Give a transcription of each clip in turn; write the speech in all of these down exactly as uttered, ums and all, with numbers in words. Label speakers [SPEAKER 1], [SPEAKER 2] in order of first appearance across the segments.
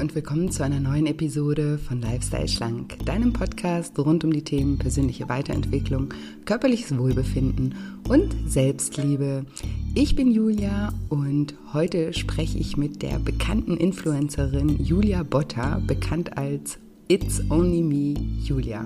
[SPEAKER 1] und willkommen zu einer neuen Episode von Lifestyle Schlank, deinem Podcast rund um die Themen persönliche Weiterentwicklung, körperliches Wohlbefinden und Selbstliebe. Ich bin Julia und heute spreche ich mit der bekannten Influencerin Julia Botta, bekannt als It's Only Me Julia.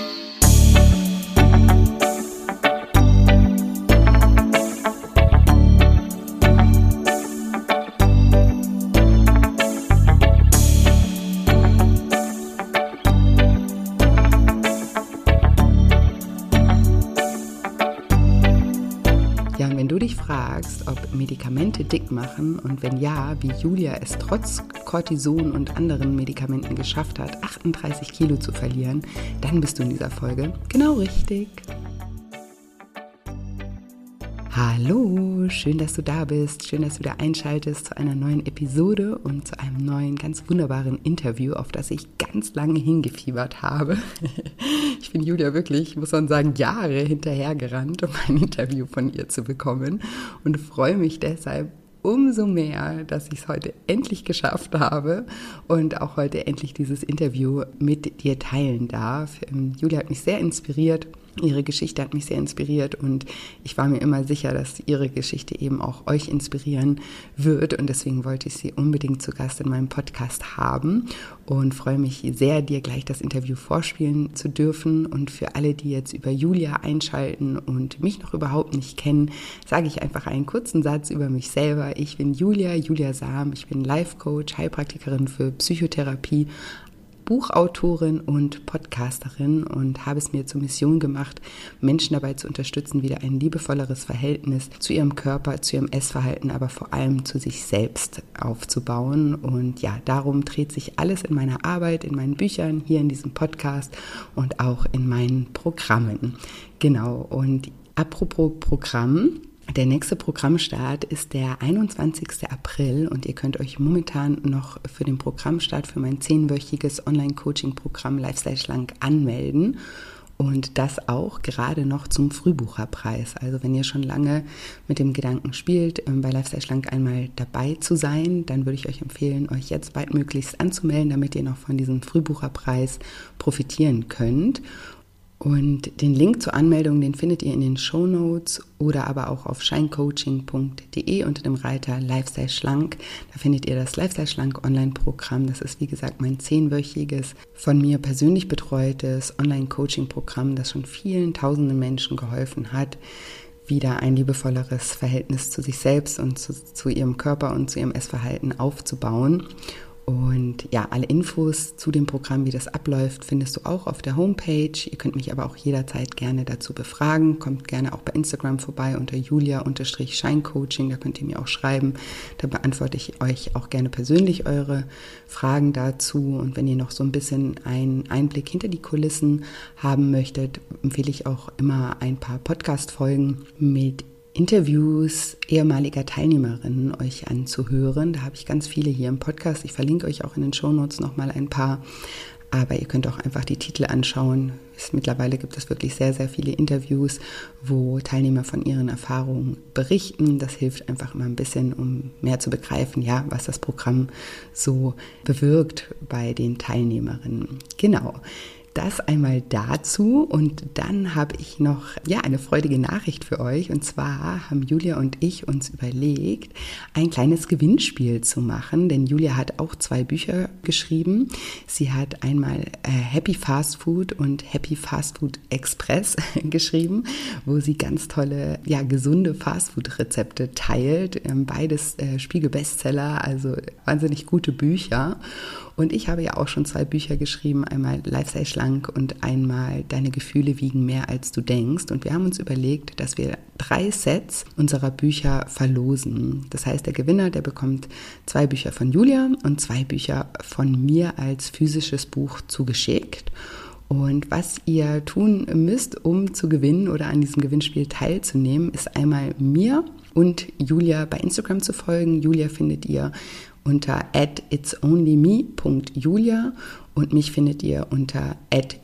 [SPEAKER 1] Ja, und wenn du dich fragst, ob Medikamente dick machen und wenn ja, wie Julia es trotz Cortison und anderen Medikamenten geschafft hat, achtunddreißig Kilo zu verlieren, dann bist du in dieser Folge genau richtig. Hallo, schön, dass du da bist, schön, dass du wieder einschaltest zu einer neuen Episode und zu einem neuen, ganz wunderbaren Interview, auf das ich ganz lange hingefiebert habe. Ich bin Julia wirklich, muss man sagen, Jahre hinterhergerannt, um ein Interview von ihr zu bekommen und freue mich deshalb umso mehr, dass ich es heute endlich geschafft habe und auch heute endlich dieses Interview mit dir teilen darf. Julia hat mich sehr inspiriert. Ihre Geschichte hat mich sehr inspiriert und ich war mir immer sicher, dass ihre Geschichte eben auch euch inspirieren wird und deswegen wollte ich sie unbedingt zu Gast in meinem Podcast haben und freue mich sehr, dir gleich das Interview vorspielen zu dürfen. Und für alle, die jetzt über Julia einschalten und mich noch überhaupt nicht kennen, sage ich einfach einen kurzen Satz über mich selber. Ich bin Julia, Julia Sam, ich bin Life-Coach, Heilpraktikerin für Psychotherapie, Buchautorin und Podcasterin und habe es mir zur Mission gemacht, Menschen dabei zu unterstützen, wieder ein liebevolleres Verhältnis zu ihrem Körper, zu ihrem Essverhalten, aber vor allem zu sich selbst aufzubauen. Und ja, darum dreht sich alles in meiner Arbeit, in meinen Büchern, hier in diesem Podcast und auch in meinen Programmen. Genau, und apropos Programm, der nächste Programmstart ist der einundzwanzigsten April und ihr könnt euch momentan noch für den Programmstart für mein zehnwöchiges Online-Coaching-Programm Lifestyle Schlank anmelden und das auch gerade noch zum Frühbucherpreis. Also wenn ihr schon lange mit dem Gedanken spielt, bei Lifestyle Schlank einmal dabei zu sein, dann würde ich euch empfehlen, euch jetzt baldmöglichst anzumelden, damit ihr noch von diesem Frühbucherpreis profitieren könnt. Und den Link zur Anmeldung, den findet ihr in den Shownotes oder aber auch auf shinecoaching punkt de unter dem Reiter Lifestyle Schlank. Da findet ihr das Lifestyle Schlank Online-Programm. Das ist, wie gesagt, mein zehnwöchiges, von mir persönlich betreutes Online-Coaching-Programm, das schon vielen tausenden Menschen geholfen hat, wieder ein liebevolleres Verhältnis zu sich selbst und zu, zu ihrem Körper und zu ihrem Essverhalten aufzubauen. Und ja, alle Infos zu dem Programm, wie das abläuft, findest du auch auf der Homepage. Ihr könnt mich aber auch jederzeit gerne dazu befragen. Kommt gerne auch bei Instagram vorbei unter julia-shinecoaching. Da könnt ihr mir auch schreiben. Da beantworte ich euch auch gerne persönlich eure Fragen dazu. Und wenn ihr noch so ein bisschen einen Einblick hinter die Kulissen haben möchtet, empfehle ich auch immer ein paar Podcast-Folgen mit Interviews ehemaliger Teilnehmerinnen euch anzuhören. Da habe ich ganz viele hier im Podcast. Ich verlinke euch auch in den Shownotes nochmal ein paar. Aber ihr könnt auch einfach die Titel anschauen. Mittlerweile gibt es wirklich sehr, sehr viele Interviews, wo Teilnehmer von ihren Erfahrungen berichten. Das hilft einfach immer ein bisschen, um mehr zu begreifen, ja, was das Programm so bewirkt bei den Teilnehmerinnen. Genau. Das einmal dazu und dann habe ich noch ja eine freudige Nachricht für euch und zwar haben Julia und ich uns überlegt, ein kleines Gewinnspiel zu machen, denn Julia hat auch zwei Bücher geschrieben. Sie hat einmal äh, Happy Fast Food und Happy Fast Food Express geschrieben, wo sie ganz tolle, ja gesunde Fastfood-Rezepte teilt. Ähm, beides äh, Spiegel-Bestseller, also wahnsinnig gute Bücher. Und ich habe ja auch schon zwei Bücher geschrieben, einmal Lifestyle Schlank und einmal Deine Gefühle wiegen mehr als du denkst. Und wir haben uns überlegt, dass wir drei Sets unserer Bücher verlosen. Das heißt, der Gewinner, der bekommt zwei Bücher von Julia und zwei Bücher von mir als physisches Buch zugeschickt. Und was ihr tun müsst, um zu gewinnen oder an diesem Gewinnspiel teilzunehmen, ist einmal mir und Julia bei Instagram zu folgen. Julia findet ihr unter at itsonlyme punkt julia und mich findet ihr unter at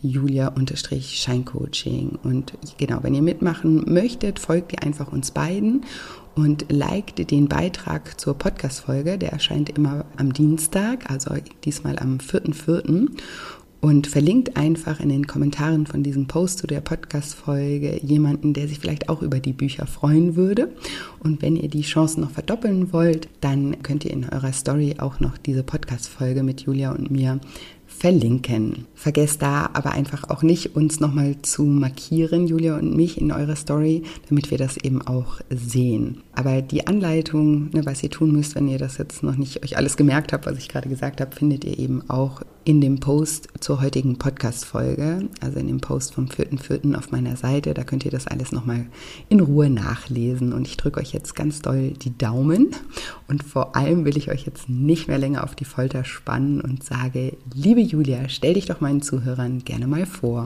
[SPEAKER 1] julia-shinecoaching. Und genau, wenn ihr mitmachen möchtet, folgt ihr einfach uns beiden und liked den Beitrag zur Podcast-Folge. Der erscheint immer am Dienstag, also diesmal am vierten vierten Und verlinkt einfach in den Kommentaren von diesem Post zu der Podcast-Folge jemanden, der sich vielleicht auch über die Bücher freuen würde. Und wenn ihr die Chancen noch verdoppeln wollt, dann könnt ihr in eurer Story auch noch diese Podcast-Folge mit Julia und mir verlinken. Vergesst da aber einfach auch nicht, uns nochmal zu markieren, Julia und mich, in eurer Story, damit wir das eben auch sehen. Aber die Anleitung, ne, was ihr tun müsst, wenn ihr das jetzt noch nicht euch alles gemerkt habt, was ich gerade gesagt habe, findet ihr eben auch in dem Post zur heutigen Podcast-Folge, also in dem Post vom vierten vierten auf meiner Seite. Da könnt ihr das alles nochmal in Ruhe nachlesen. Und ich drücke euch jetzt ganz doll die Daumen. Und vor allem will ich euch jetzt nicht mehr länger auf die Folter spannen und sage, liebe Julia, stell dich doch meinen Zuhörern gerne mal vor.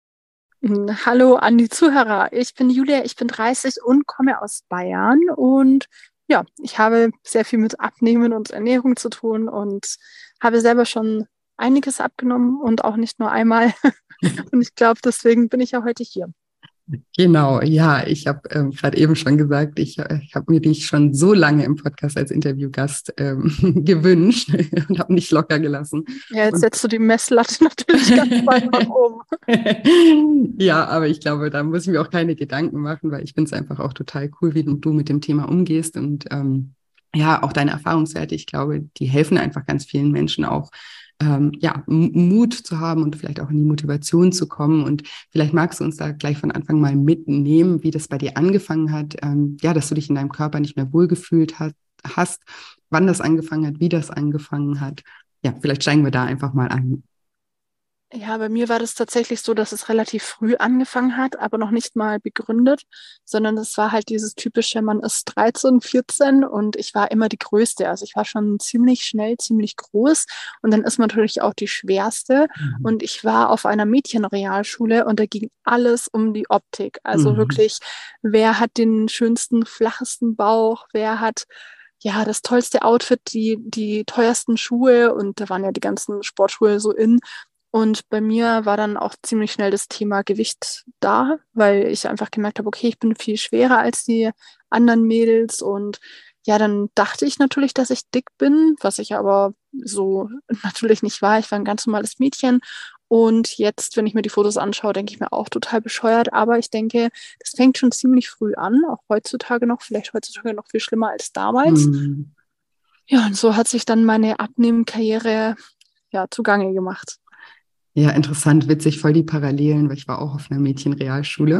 [SPEAKER 2] Hallo an die Zuhörer. Ich bin Julia, ich bin dreißig und komme aus Bayern. Und ja, ich habe sehr viel mit Abnehmen und Ernährung zu tun und habe selber schon einiges abgenommen und auch nicht nur einmal. Und ich glaube, deswegen bin ich ja heute hier.
[SPEAKER 1] Genau, ja, ich habe ähm, gerade eben schon gesagt, ich, äh, ich habe mir dich schon so lange im Podcast als Interviewgast ähm, gewünscht und habe nicht locker gelassen.
[SPEAKER 2] Ja, jetzt
[SPEAKER 1] und
[SPEAKER 2] setzt du die Messlatte natürlich ganz weit nach oben.
[SPEAKER 1] Ja, aber ich glaube, da muss ich mir auch keine Gedanken machen, weil ich finde es einfach auch total cool, wie du mit dem Thema umgehst und ähm, ja, auch deine Erfahrungswerte, ich glaube, die helfen einfach ganz vielen Menschen auch, ähm, ja, M- Mut zu haben und vielleicht auch in die Motivation zu kommen. Und vielleicht magst du uns da gleich von Anfang mal mitnehmen, wie das bei dir angefangen hat, ähm, ja, dass du dich in deinem Körper nicht mehr wohlgefühlt hast, hast, wann das angefangen hat, wie das angefangen hat. Ja, vielleicht steigen wir da einfach mal ein.
[SPEAKER 2] Ja, bei mir war das tatsächlich so, dass es relativ früh angefangen hat, aber noch nicht mal begründet, sondern es war halt dieses typische, man ist dreizehn, vierzehn und ich war immer die Größte. Also ich war schon ziemlich schnell, ziemlich groß und dann ist man natürlich auch die Schwerste.
[SPEAKER 1] Mhm.
[SPEAKER 2] Und ich war auf einer Mädchenrealschule und da ging alles um die Optik. Also
[SPEAKER 1] Mhm.
[SPEAKER 2] wirklich, wer hat den schönsten, flachesten Bauch, wer hat ja das tollste Outfit, die, die teuersten Schuhe und da waren ja die ganzen Sportschuhe so in. Und bei mir war dann auch ziemlich schnell das Thema Gewicht da, weil ich einfach gemerkt habe, okay, ich bin viel schwerer als die anderen Mädels. Und ja, dann dachte ich natürlich, dass ich dick bin, was ich aber so natürlich nicht war. Ich war ein ganz normales Mädchen. Und jetzt, wenn ich mir die Fotos anschaue, denke ich mir auch total bescheuert. Aber ich denke, das fängt schon ziemlich früh an, auch heutzutage noch, vielleicht heutzutage noch viel schlimmer als damals.
[SPEAKER 1] Mhm.
[SPEAKER 2] Ja, und so hat sich dann meine Abnehmkarriere ja zugange gemacht.
[SPEAKER 1] Ja, interessant, witzig, voll die Parallelen, weil ich war auch auf einer Mädchenrealschule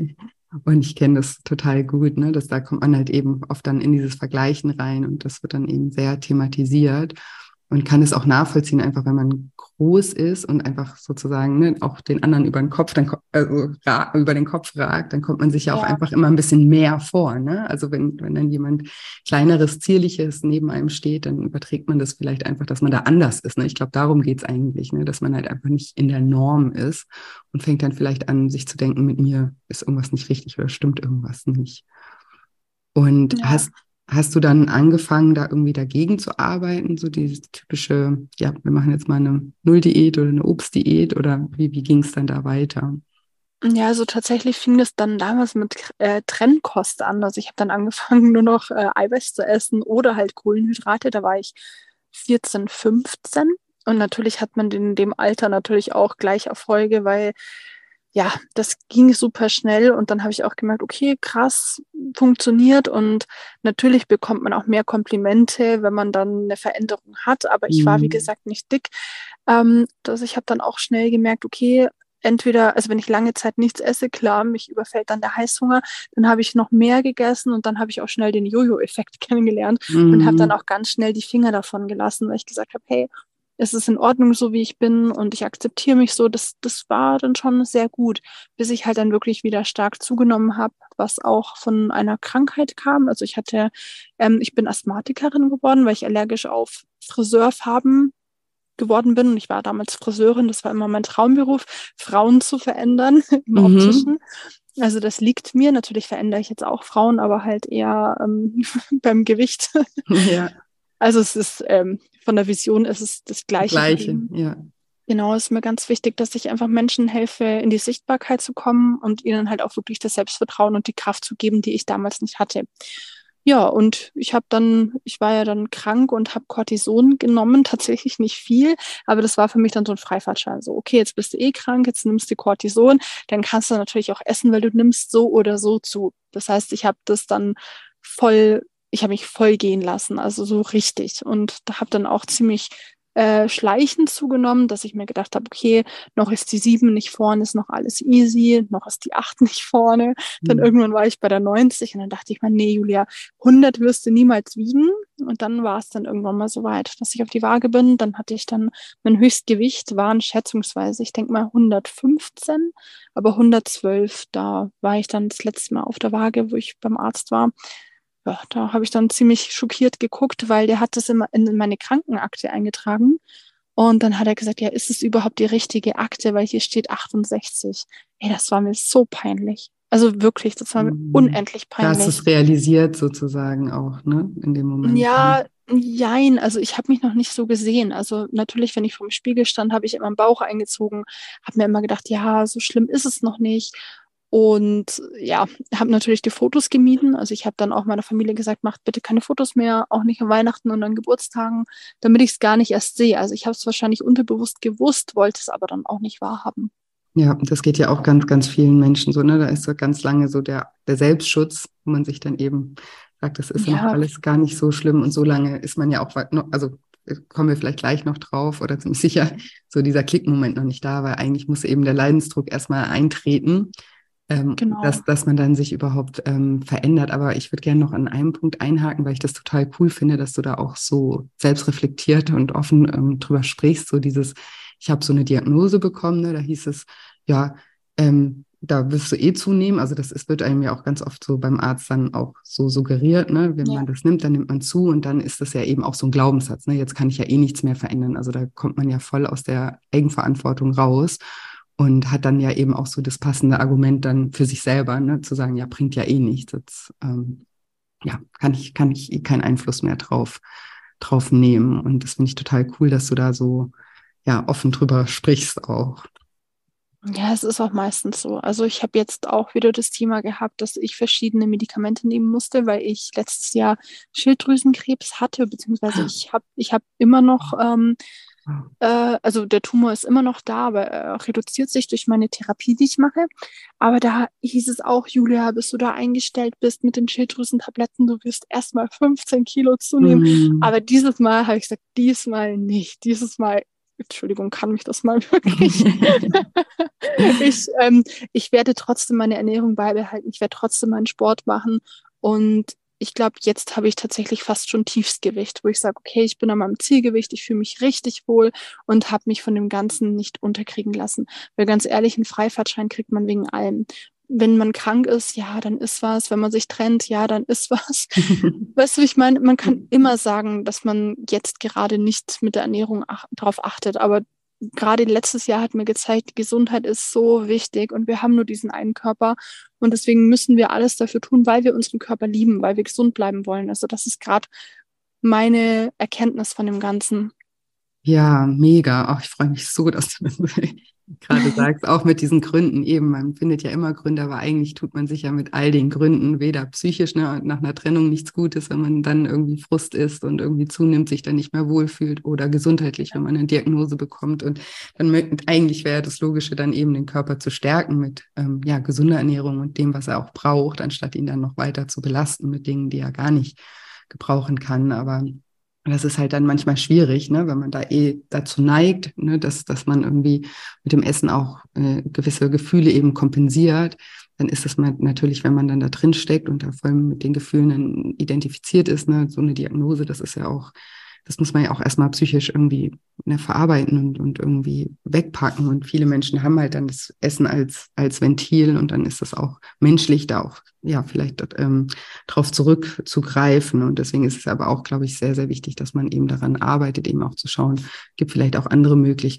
[SPEAKER 1] und ich kenne das total gut, ne, dass da kommt man halt eben oft dann in dieses Vergleichen rein und das wird dann eben sehr thematisiert und kann es auch nachvollziehen, einfach wenn man groß ist und einfach sozusagen, ne, auch den anderen über den Kopf, dann ko- also, ra- über den Kopf ragt, dann kommt man sich ja auch
[SPEAKER 2] Ja.
[SPEAKER 1] einfach immer ein bisschen mehr vor, ne? Also wenn, wenn dann jemand Kleineres, Zierliches neben einem steht, dann überträgt man das vielleicht einfach, dass man da anders ist, ne? Ich glaube, darum geht's eigentlich, ne? Dass man halt einfach nicht in der Norm ist und fängt dann vielleicht an, sich zu denken, mit mir ist irgendwas nicht richtig oder stimmt irgendwas nicht. Und
[SPEAKER 2] Ja.
[SPEAKER 1] hast, hast du dann angefangen, da irgendwie dagegen zu arbeiten? So dieses typische, ja, wir machen jetzt mal eine Nulldiät oder eine Obstdiät oder wie, wie ging es dann da weiter?
[SPEAKER 2] Ja, also tatsächlich fing das dann damals mit äh, Trennkost an. Also ich habe dann angefangen, nur noch äh, Eiweiß zu essen oder halt Kohlenhydrate. Da war ich vierzehn, fünfzehn. Und natürlich hat man in dem Alter natürlich auch gleich Erfolge, weil ja, das ging super schnell. Und dann habe ich auch gemerkt, okay, krass, funktioniert. Und natürlich bekommt man auch mehr Komplimente, wenn man dann eine Veränderung hat. Aber ich war, wie
[SPEAKER 1] Mhm.
[SPEAKER 2] gesagt, nicht dick. Ähm, dass ich habe dann auch schnell gemerkt, okay, entweder, also wenn ich lange Zeit nichts esse, klar, mich überfällt dann der Heißhunger, dann habe ich noch mehr gegessen und dann habe ich auch schnell den Jojo-Effekt kennengelernt und habe dann
[SPEAKER 1] Mhm.
[SPEAKER 2] auch ganz schnell die Finger davon gelassen, weil ich gesagt habe, hey, es ist in Ordnung, so wie ich bin und ich akzeptiere mich so. Das, das war dann schon sehr gut, bis ich halt dann wirklich wieder stark zugenommen habe, was auch von einer Krankheit kam. Also ich hatte, ähm, ich bin Asthmatikerin geworden, weil ich allergisch auf Friseurfarben geworden bin. Und ich war damals Friseurin, das war immer mein Traumberuf, Frauen zu verändern im
[SPEAKER 1] Mhm.
[SPEAKER 2] Optischen. Also das liegt mir. Natürlich verändere ich jetzt auch Frauen, aber halt eher ähm, beim Gewicht.
[SPEAKER 1] Ja,
[SPEAKER 2] Also es ist ähm, von der Vision ist es das Gleiche
[SPEAKER 1] gleiche,
[SPEAKER 2] geblieben.
[SPEAKER 1] ja.
[SPEAKER 2] Genau, es ist mir ganz wichtig, dass ich einfach Menschen helfe, in die Sichtbarkeit zu kommen und ihnen halt auch wirklich das Selbstvertrauen und die Kraft zu geben, die ich damals nicht hatte. Ja, und ich habe dann, ich war ja dann krank und habe Cortison genommen, tatsächlich nicht viel, aber das war für mich dann so ein Freifahrtschein. So, okay, jetzt bist du eh krank, jetzt nimmst du Cortison, dann kannst du natürlich auch essen, weil du nimmst so oder so zu. Das heißt, ich habe das dann voll, ich habe mich voll gehen lassen, also so richtig. Und da habe dann auch ziemlich äh, schleichend zugenommen, dass ich mir gedacht habe, okay, noch ist die sieben nicht vorne, ist noch alles easy, noch ist die acht nicht vorne. Dann
[SPEAKER 1] Mhm.
[SPEAKER 2] irgendwann war ich bei der neunzig und dann dachte ich mir, nee, Julia, hundert wirst du niemals wiegen. Und dann war es dann irgendwann mal so weit, dass ich auf die Waage bin. Dann hatte ich dann, mein Höchstgewicht waren schätzungsweise, ich denke mal hundertfünfzehn, aber hundertzwölf, da war ich dann das letzte Mal auf der Waage, wo ich beim Arzt war. Ja, da habe ich dann ziemlich schockiert geguckt, weil der hat das immer in meine Krankenakte eingetragen. Und dann hat er gesagt, ja, ist es überhaupt die richtige Akte, weil hier steht achtundsechzig. Ey, das war mir so peinlich. Also wirklich, das war mir
[SPEAKER 1] Mhm.
[SPEAKER 2] unendlich
[SPEAKER 1] Da hast du
[SPEAKER 2] peinlich.
[SPEAKER 1] es realisiert sozusagen auch, ne, in dem Moment
[SPEAKER 2] Ja,
[SPEAKER 1] dann.
[SPEAKER 2] jein, also ich habe mich noch nicht so gesehen. Also natürlich, wenn ich vorm Spiegel stand, habe ich immer den Bauch eingezogen, habe mir immer gedacht, ja, so schlimm ist es noch nicht. Und ja, habe natürlich die Fotos gemieden. Also ich habe dann auch meiner Familie gesagt, macht bitte keine Fotos mehr, auch nicht an Weihnachten und an Geburtstagen, damit ich es gar nicht erst sehe. Also ich habe es wahrscheinlich unterbewusst gewusst, wollte es aber dann auch nicht wahrhaben.
[SPEAKER 1] Ja, das geht ja auch ganz, ganz vielen Menschen so, ne? Da ist so ganz lange so der, der Selbstschutz, wo man sich dann eben sagt, das ist ja noch
[SPEAKER 2] Ja,
[SPEAKER 1] alles gar nicht so schlimm und so lange ist man ja auch, weit noch, also äh, kommen wir vielleicht gleich noch drauf oder ziemlich sicher, so dieser Klickmoment noch nicht da, weil eigentlich muss eben der Leidensdruck erstmal eintreten, ähm,
[SPEAKER 2] genau.
[SPEAKER 1] dass, dass man dann sich überhaupt ähm, verändert. Aber ich würde gerne noch an einem Punkt einhaken, weil ich das total cool finde, dass du da auch so selbstreflektiert und offen ähm, drüber sprichst. So dieses, ich habe so eine Diagnose bekommen, ne, da hieß es, ja, ähm, da wirst du eh zunehmen. Also das ist, wird einem ja auch ganz oft so beim Arzt dann auch so suggeriert, ne? Wenn
[SPEAKER 2] Ja,
[SPEAKER 1] man das nimmt, dann nimmt man zu und dann ist das ja eben auch so ein Glaubenssatz, ne? Jetzt kann ich ja eh nichts mehr verändern. Also da kommt man ja voll aus der Eigenverantwortung raus und hat dann ja eben auch so das passende Argument dann für sich selber, ne? Zu sagen, ja, bringt ja eh nichts. Jetzt, ähm, ja, kann ich, kann ich eh keinen Einfluss mehr drauf, drauf nehmen. Und das finde ich total cool, dass du da so, ja, offen drüber sprichst auch.
[SPEAKER 2] ja, es ist auch meistens so. Also ich habe jetzt auch wieder das Thema gehabt, dass ich verschiedene Medikamente nehmen musste, weil ich letztes Jahr Schilddrüsenkrebs hatte, beziehungsweise ich habe ich hab immer noch, ähm, äh, also der Tumor ist immer noch da, aber er reduziert sich durch meine Therapie, die ich mache. Aber da hieß es auch, Julia, bis du da eingestellt bist mit den Schilddrüsentabletten, du wirst erstmal fünfzehn Kilo zunehmen.
[SPEAKER 1] Mm.
[SPEAKER 2] Aber dieses Mal habe ich gesagt, diesmal nicht. Dieses Mal, Entschuldigung, kann mich das mal wirklich. Ich, ähm, ich werde trotzdem meine Ernährung beibehalten. Ich werde trotzdem meinen Sport machen. Und ich glaube, jetzt habe ich tatsächlich fast schon Tiefsgewicht, wo ich sage, okay, ich bin an meinem Zielgewicht, ich fühle mich richtig wohl und habe mich von dem Ganzen nicht unterkriegen lassen. Weil ganz ehrlich, einen Freifahrtschein kriegt man wegen allem. Wenn man krank ist, ja, dann ist was. Wenn man sich trennt, ja, dann ist was. Weißt du, ich meine, man kann immer sagen, dass man jetzt gerade nicht mit der Ernährung ach drauf achtet, aber gerade letztes Jahr hat mir gezeigt, Gesundheit ist so wichtig und wir haben nur diesen einen Körper und deswegen müssen wir alles dafür tun, weil wir unseren Körper lieben, weil wir gesund bleiben wollen. Also das ist gerade meine Erkenntnis von dem Ganzen.
[SPEAKER 1] Ja, mega. Auch ich freue mich so, dass du das gerade sagst, auch mit diesen Gründen eben. Man findet ja immer Gründe, aber eigentlich tut man sich ja mit all den Gründen weder psychisch, ne, nach einer Trennung nichts Gutes, wenn man dann irgendwie Frust ist und irgendwie zunimmt, sich dann nicht mehr wohlfühlt oder gesundheitlich, wenn man eine Diagnose bekommt. Und dann mö- eigentlich wäre das Logische, dann eben den Körper zu stärken mit ähm, ja, gesunder Ernährung und dem, was er auch braucht, anstatt ihn dann noch weiter zu belasten mit Dingen, die er gar nicht gebrauchen kann. Aber das ist halt dann manchmal schwierig, ne, wenn man da eh dazu neigt, ne, dass, dass man irgendwie mit dem Essen auch äh, gewisse Gefühle eben kompensiert. Dann ist es mal natürlich, wenn man dann da drin steckt und da voll mit den Gefühlen dann identifiziert ist, ne, so eine Diagnose, das ist ja auch, das muss man ja auch erstmal psychisch irgendwie, ne, verarbeiten und, und irgendwie wegpacken. Und viele Menschen haben halt dann das Essen als, als Ventil und dann ist das auch menschlich, da auch, ja, vielleicht ähm, drauf zurückzugreifen. Und deswegen ist es aber auch, glaube ich, sehr, sehr wichtig, dass man eben daran arbeitet, eben auch zu schauen, gibt vielleicht auch andere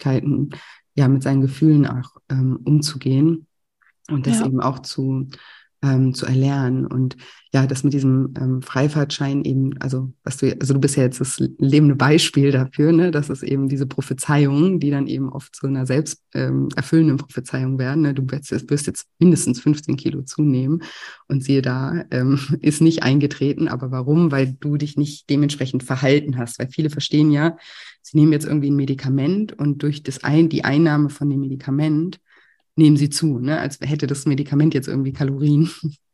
[SPEAKER 1] Möglichkeiten, ja, mit seinen Gefühlen auch ähm, umzugehen und das
[SPEAKER 2] Ja,
[SPEAKER 1] eben auch zu ähm, zu erlernen. Und ja, das mit diesem ähm, Freifahrtschein eben, also was du, also du bist ja jetzt das lebende Beispiel dafür, ne, dass es eben diese Prophezeiungen, die dann eben oft zu einer selbst ähm, erfüllenden Prophezeiung werden. Ne? Du wirst, wirst jetzt mindestens fünfzehn Kilo zunehmen und siehe da, ähm, ist nicht eingetreten. Aber warum? Weil du dich nicht dementsprechend verhalten hast. Weil viele verstehen ja, sie nehmen jetzt irgendwie ein Medikament und durch das ein, die Einnahme von dem Medikament nehmen sie zu, ne? Als hätte das Medikament jetzt irgendwie Kalorien.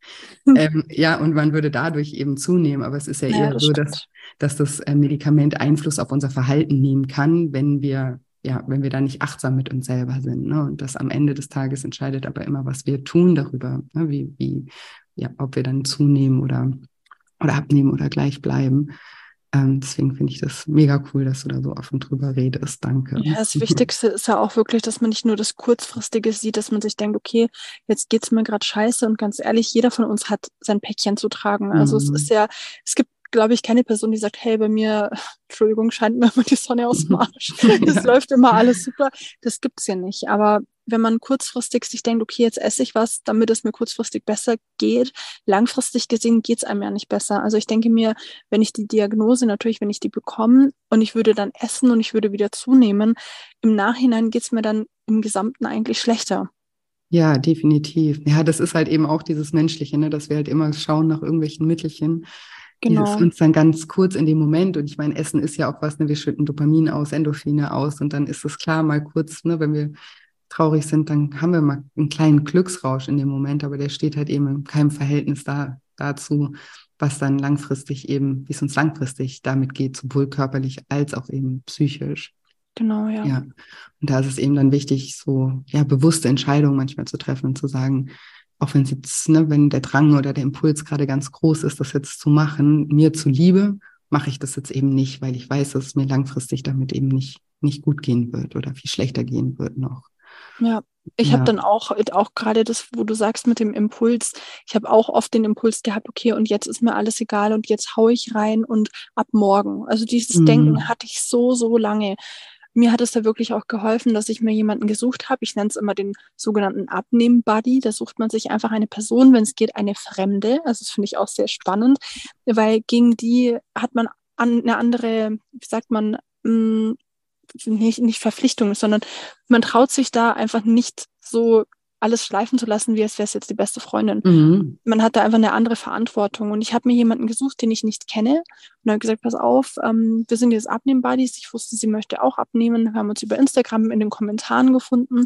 [SPEAKER 1] ähm, ja, und man würde dadurch eben zunehmen. Aber es ist ja
[SPEAKER 2] Ja,
[SPEAKER 1] eher
[SPEAKER 2] das
[SPEAKER 1] so, dass,
[SPEAKER 2] stimmt.
[SPEAKER 1] dass das äh, Medikament Einfluss auf unser Verhalten nehmen kann, wenn wir, ja, wenn wir da nicht achtsam mit uns selber sind. Ne? Und das am Ende des Tages entscheidet aber immer, was wir tun darüber, ne? Wie, wie, ja, ob wir dann zunehmen oder, oder abnehmen oder gleich bleiben. Ähm, deswegen finde ich das mega cool, dass du da so offen drüber redest. Danke.
[SPEAKER 2] Ja, das Wichtigste ist ja auch wirklich, dass man nicht nur das Kurzfristige sieht, dass man sich denkt, okay, jetzt geht's mir gerade scheiße und ganz ehrlich, jeder von uns hat sein Päckchen zu tragen. Also es ist
[SPEAKER 1] Mhm.
[SPEAKER 2] ja, es gibt, glaube ich, keine Person, die sagt, hey, bei mir, Entschuldigung, scheint mir immer die Sonne aus dem Arsch. Es
[SPEAKER 1] Ja.
[SPEAKER 2] läuft immer alles super. Das gibt's ja nicht. Aber wenn man kurzfristig sich denkt, okay, jetzt esse ich was, damit es mir kurzfristig besser geht, langfristig gesehen geht's einem ja nicht besser. Also ich denke mir, wenn ich die Diagnose natürlich, wenn ich die bekomme und ich würde dann essen und ich würde wieder zunehmen, im Nachhinein geht's mir dann im Gesamten eigentlich schlechter.
[SPEAKER 1] Ja, definitiv. Ja, das ist halt eben auch dieses Menschliche, ne, dass wir halt immer schauen nach irgendwelchen Mittelchen, die es
[SPEAKER 2] Genau.
[SPEAKER 1] uns dann ganz kurz in dem Moment, und ich meine, Essen ist ja auch was, ne, wir schütten Dopamin aus, Endorphine aus und dann ist es klar, mal kurz, ne, wenn wir traurig sind, dann haben wir mal einen kleinen Glücksrausch in dem Moment, aber der steht halt eben in keinem Verhältnis da, dazu, was dann langfristig eben, wie es uns langfristig damit geht, sowohl körperlich als auch eben psychisch.
[SPEAKER 2] Genau, ja.
[SPEAKER 1] Ja, und da ist es eben dann wichtig, so ja bewusste Entscheidungen manchmal zu treffen und zu sagen, auch wenn es jetzt, ne, wenn der Drang oder der Impuls gerade ganz groß ist, das jetzt zu machen, mir zuliebe, mache ich das jetzt eben nicht, weil ich weiß, dass es mir langfristig damit eben nicht, nicht gut gehen wird oder viel schlechter gehen wird noch.
[SPEAKER 2] Ja. Ich habe
[SPEAKER 1] Ja.
[SPEAKER 2] dann auch, auch gerade das, wo du sagst mit dem Impuls, ich habe auch oft den Impuls gehabt, okay, und jetzt ist mir alles egal und jetzt hau ich rein und ab morgen. Also dieses Denken
[SPEAKER 1] Mhm.
[SPEAKER 2] hatte ich so, so lange. Mir hat es da wirklich auch geholfen, dass ich mir jemanden gesucht habe. Ich nenne es immer den sogenannten Abnehmen-Buddy. Da sucht man sich einfach eine Person, wenn es geht, eine Fremde. Also das finde ich auch sehr spannend, weil gegen die hat man an, eine andere, wie sagt man, mh, nicht, nicht Verpflichtung, sondern man traut sich da einfach nicht so alles schleifen zu lassen, wie als wäre es jetzt die beste Freundin.
[SPEAKER 1] Mhm.
[SPEAKER 2] Man hat da einfach eine andere Verantwortung. Und ich habe mir jemanden gesucht, den ich nicht kenne. Und habe gesagt, pass auf, ähm, wir sind jetzt Abnehmen-Buddies. Ich wusste, sie möchte auch abnehmen. Wir haben uns über Instagram in den Kommentaren gefunden.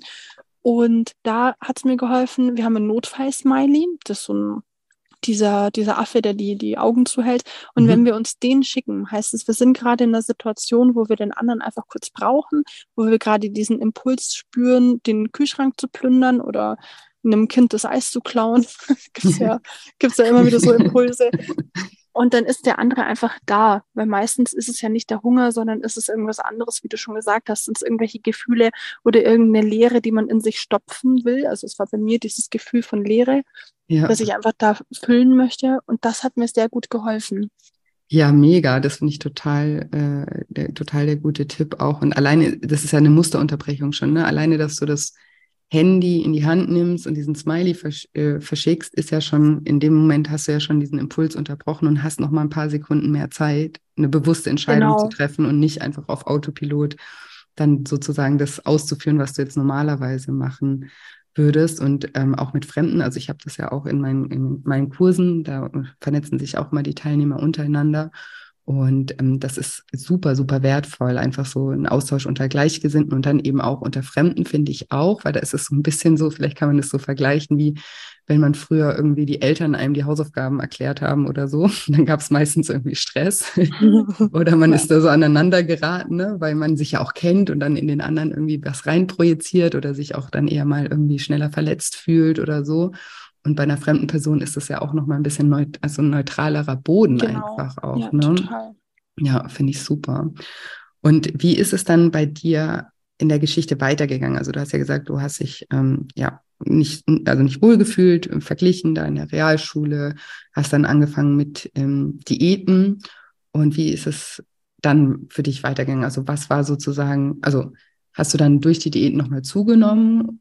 [SPEAKER 2] Und da hat es mir geholfen. Wir haben ein Notfall-Smiley. Das ist so ein dieser, dieser Affe, der die, die Augen zuhält. Und wenn
[SPEAKER 1] Mhm.
[SPEAKER 2] wir uns den schicken, heißt es, wir sind gerade in einer Situation, wo wir den anderen einfach kurz brauchen, wo wir gerade diesen Impuls spüren, den Kühlschrank zu plündern oder einem Kind das Eis zu klauen. Gibt's ja, gibt's ja immer wieder so Impulse. Und dann ist der andere einfach da, weil meistens ist es ja nicht der Hunger, sondern ist es irgendwas anderes, wie du schon gesagt hast, sind es irgendwelche Gefühle oder irgendeine Leere, die man in sich stopfen will. Also es war bei mir dieses Gefühl von Leere,
[SPEAKER 1] Ja.
[SPEAKER 2] dass ich einfach da füllen möchte. Und das hat mir sehr gut geholfen.
[SPEAKER 1] Ja, mega. Das finde ich total, äh, der, total der gute Tipp auch. Und alleine, das ist ja eine Musterunterbrechung schon, ne? Alleine, dass du das Handy in die Hand nimmst und diesen Smiley versch äh, verschickst, ist ja schon, in dem Moment hast du ja schon diesen Impuls unterbrochen und hast noch mal ein paar Sekunden mehr Zeit, eine bewusste Entscheidung zu
[SPEAKER 2] Genau.
[SPEAKER 1] treffen und nicht einfach auf Autopilot dann sozusagen das auszuführen, was du jetzt normalerweise machen würdest. Und ähm, auch mit Fremden, also ich habe das ja auch in meinen, in meinen Kursen, da vernetzen sich auch mal die Teilnehmer untereinander. Und ähm, das ist super, super wertvoll, einfach so ein Austausch unter Gleichgesinnten und dann eben auch unter Fremden, finde ich auch, weil da ist es so ein bisschen so, vielleicht kann man das so vergleichen, wie wenn man früher irgendwie die Eltern einem die Hausaufgaben erklärt haben oder so, dann gab es meistens irgendwie Stress oder man
[SPEAKER 2] Ja,
[SPEAKER 1] ist da so aneinander geraten, ne? Weil man sich ja auch kennt und dann in den anderen irgendwie was reinprojiziert oder sich auch dann eher mal irgendwie schneller verletzt fühlt oder so. Und bei einer fremden Person ist das ja auch nochmal ein bisschen neut also ein neutralerer Boden
[SPEAKER 2] genau.
[SPEAKER 1] einfach auch,
[SPEAKER 2] Ja,
[SPEAKER 1] ne?
[SPEAKER 2] total.
[SPEAKER 1] Ja, finde ich super. Und wie ist es dann bei dir in der Geschichte weitergegangen? Also du hast ja gesagt, du hast dich ähm, ja nicht, also nicht wohlgefühlt, äh, verglichen da in der Realschule, hast dann angefangen mit ähm, Diäten. Und wie ist es dann für dich weitergegangen? Also was war sozusagen, also hast du dann durch die Diäten nochmal zugenommen?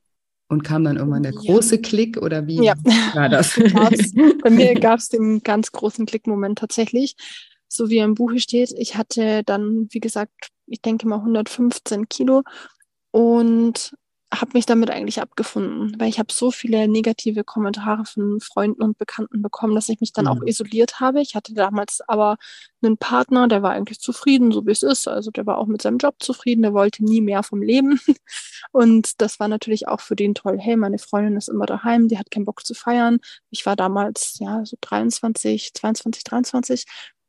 [SPEAKER 1] Und kam dann irgendwann der
[SPEAKER 2] Ja.
[SPEAKER 1] große Klick oder wie
[SPEAKER 2] Ja,
[SPEAKER 1] war das?
[SPEAKER 2] den gab's. Bei mir gab es den ganz großen Klickmoment tatsächlich. So wie im Buche steht, ich hatte dann, wie gesagt, ich denke mal hundertfünfzehn Kilo und habe mich damit eigentlich abgefunden, weil ich habe so viele negative Kommentare von Freunden und Bekannten bekommen, dass ich mich dann auch
[SPEAKER 1] Mhm.
[SPEAKER 2] isoliert habe. Ich hatte damals aber einen Partner, der war eigentlich zufrieden, so wie es ist. Also der war auch mit seinem Job zufrieden, der wollte nie mehr vom Leben. Und das war natürlich auch für den toll. Hey, meine Freundin ist immer daheim, die hat keinen Bock zu feiern. Ich war damals, ja, so dreiundzwanzig, zweiundzwanzig, dreiundzwanzig.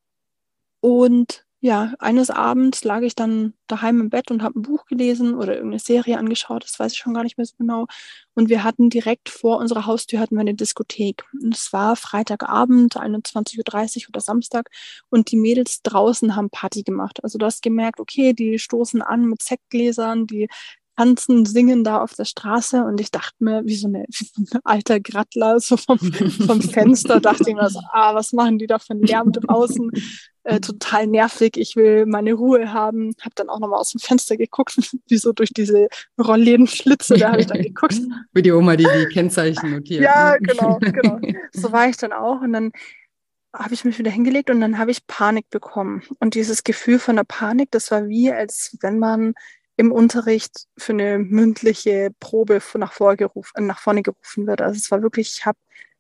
[SPEAKER 2] Und ja, eines Abends lag ich dann daheim im Bett und habe ein Buch gelesen oder irgendeine Serie angeschaut, das weiß ich schon gar nicht mehr so genau. Und wir hatten direkt vor unserer Haustür hatten wir eine Diskothek. Und es war Freitagabend, einundzwanzig Uhr dreißig oder Samstag. Und die Mädels draußen haben Party gemacht. Also du hast gemerkt, okay, die stoßen an mit Sektgläsern, die tanzen, singen da auf der Straße. Und ich dachte mir, wie so, eine, wie so ein alter Grattler, so vom, vom Fenster, dachte ich mir so, ah, was machen die da für einen Lärm draußen? Äh, total nervig, ich will meine Ruhe haben. Habe dann auch nochmal aus dem Fenster geguckt, wie so durch diese Rolllädenschlitze, da habe ich dann geguckt.
[SPEAKER 1] Für die Oma, die die Kennzeichen notiert.
[SPEAKER 2] Ja,
[SPEAKER 1] Ne?
[SPEAKER 2] genau, genau. So war ich dann auch und dann habe ich mich wieder hingelegt und dann habe ich Panik bekommen. Und dieses Gefühl von der Panik, das war wie, als wenn man im Unterricht für eine mündliche Probe nach, vorgerufen, nach vorne gerufen wird. Also es war wirklich, ich habe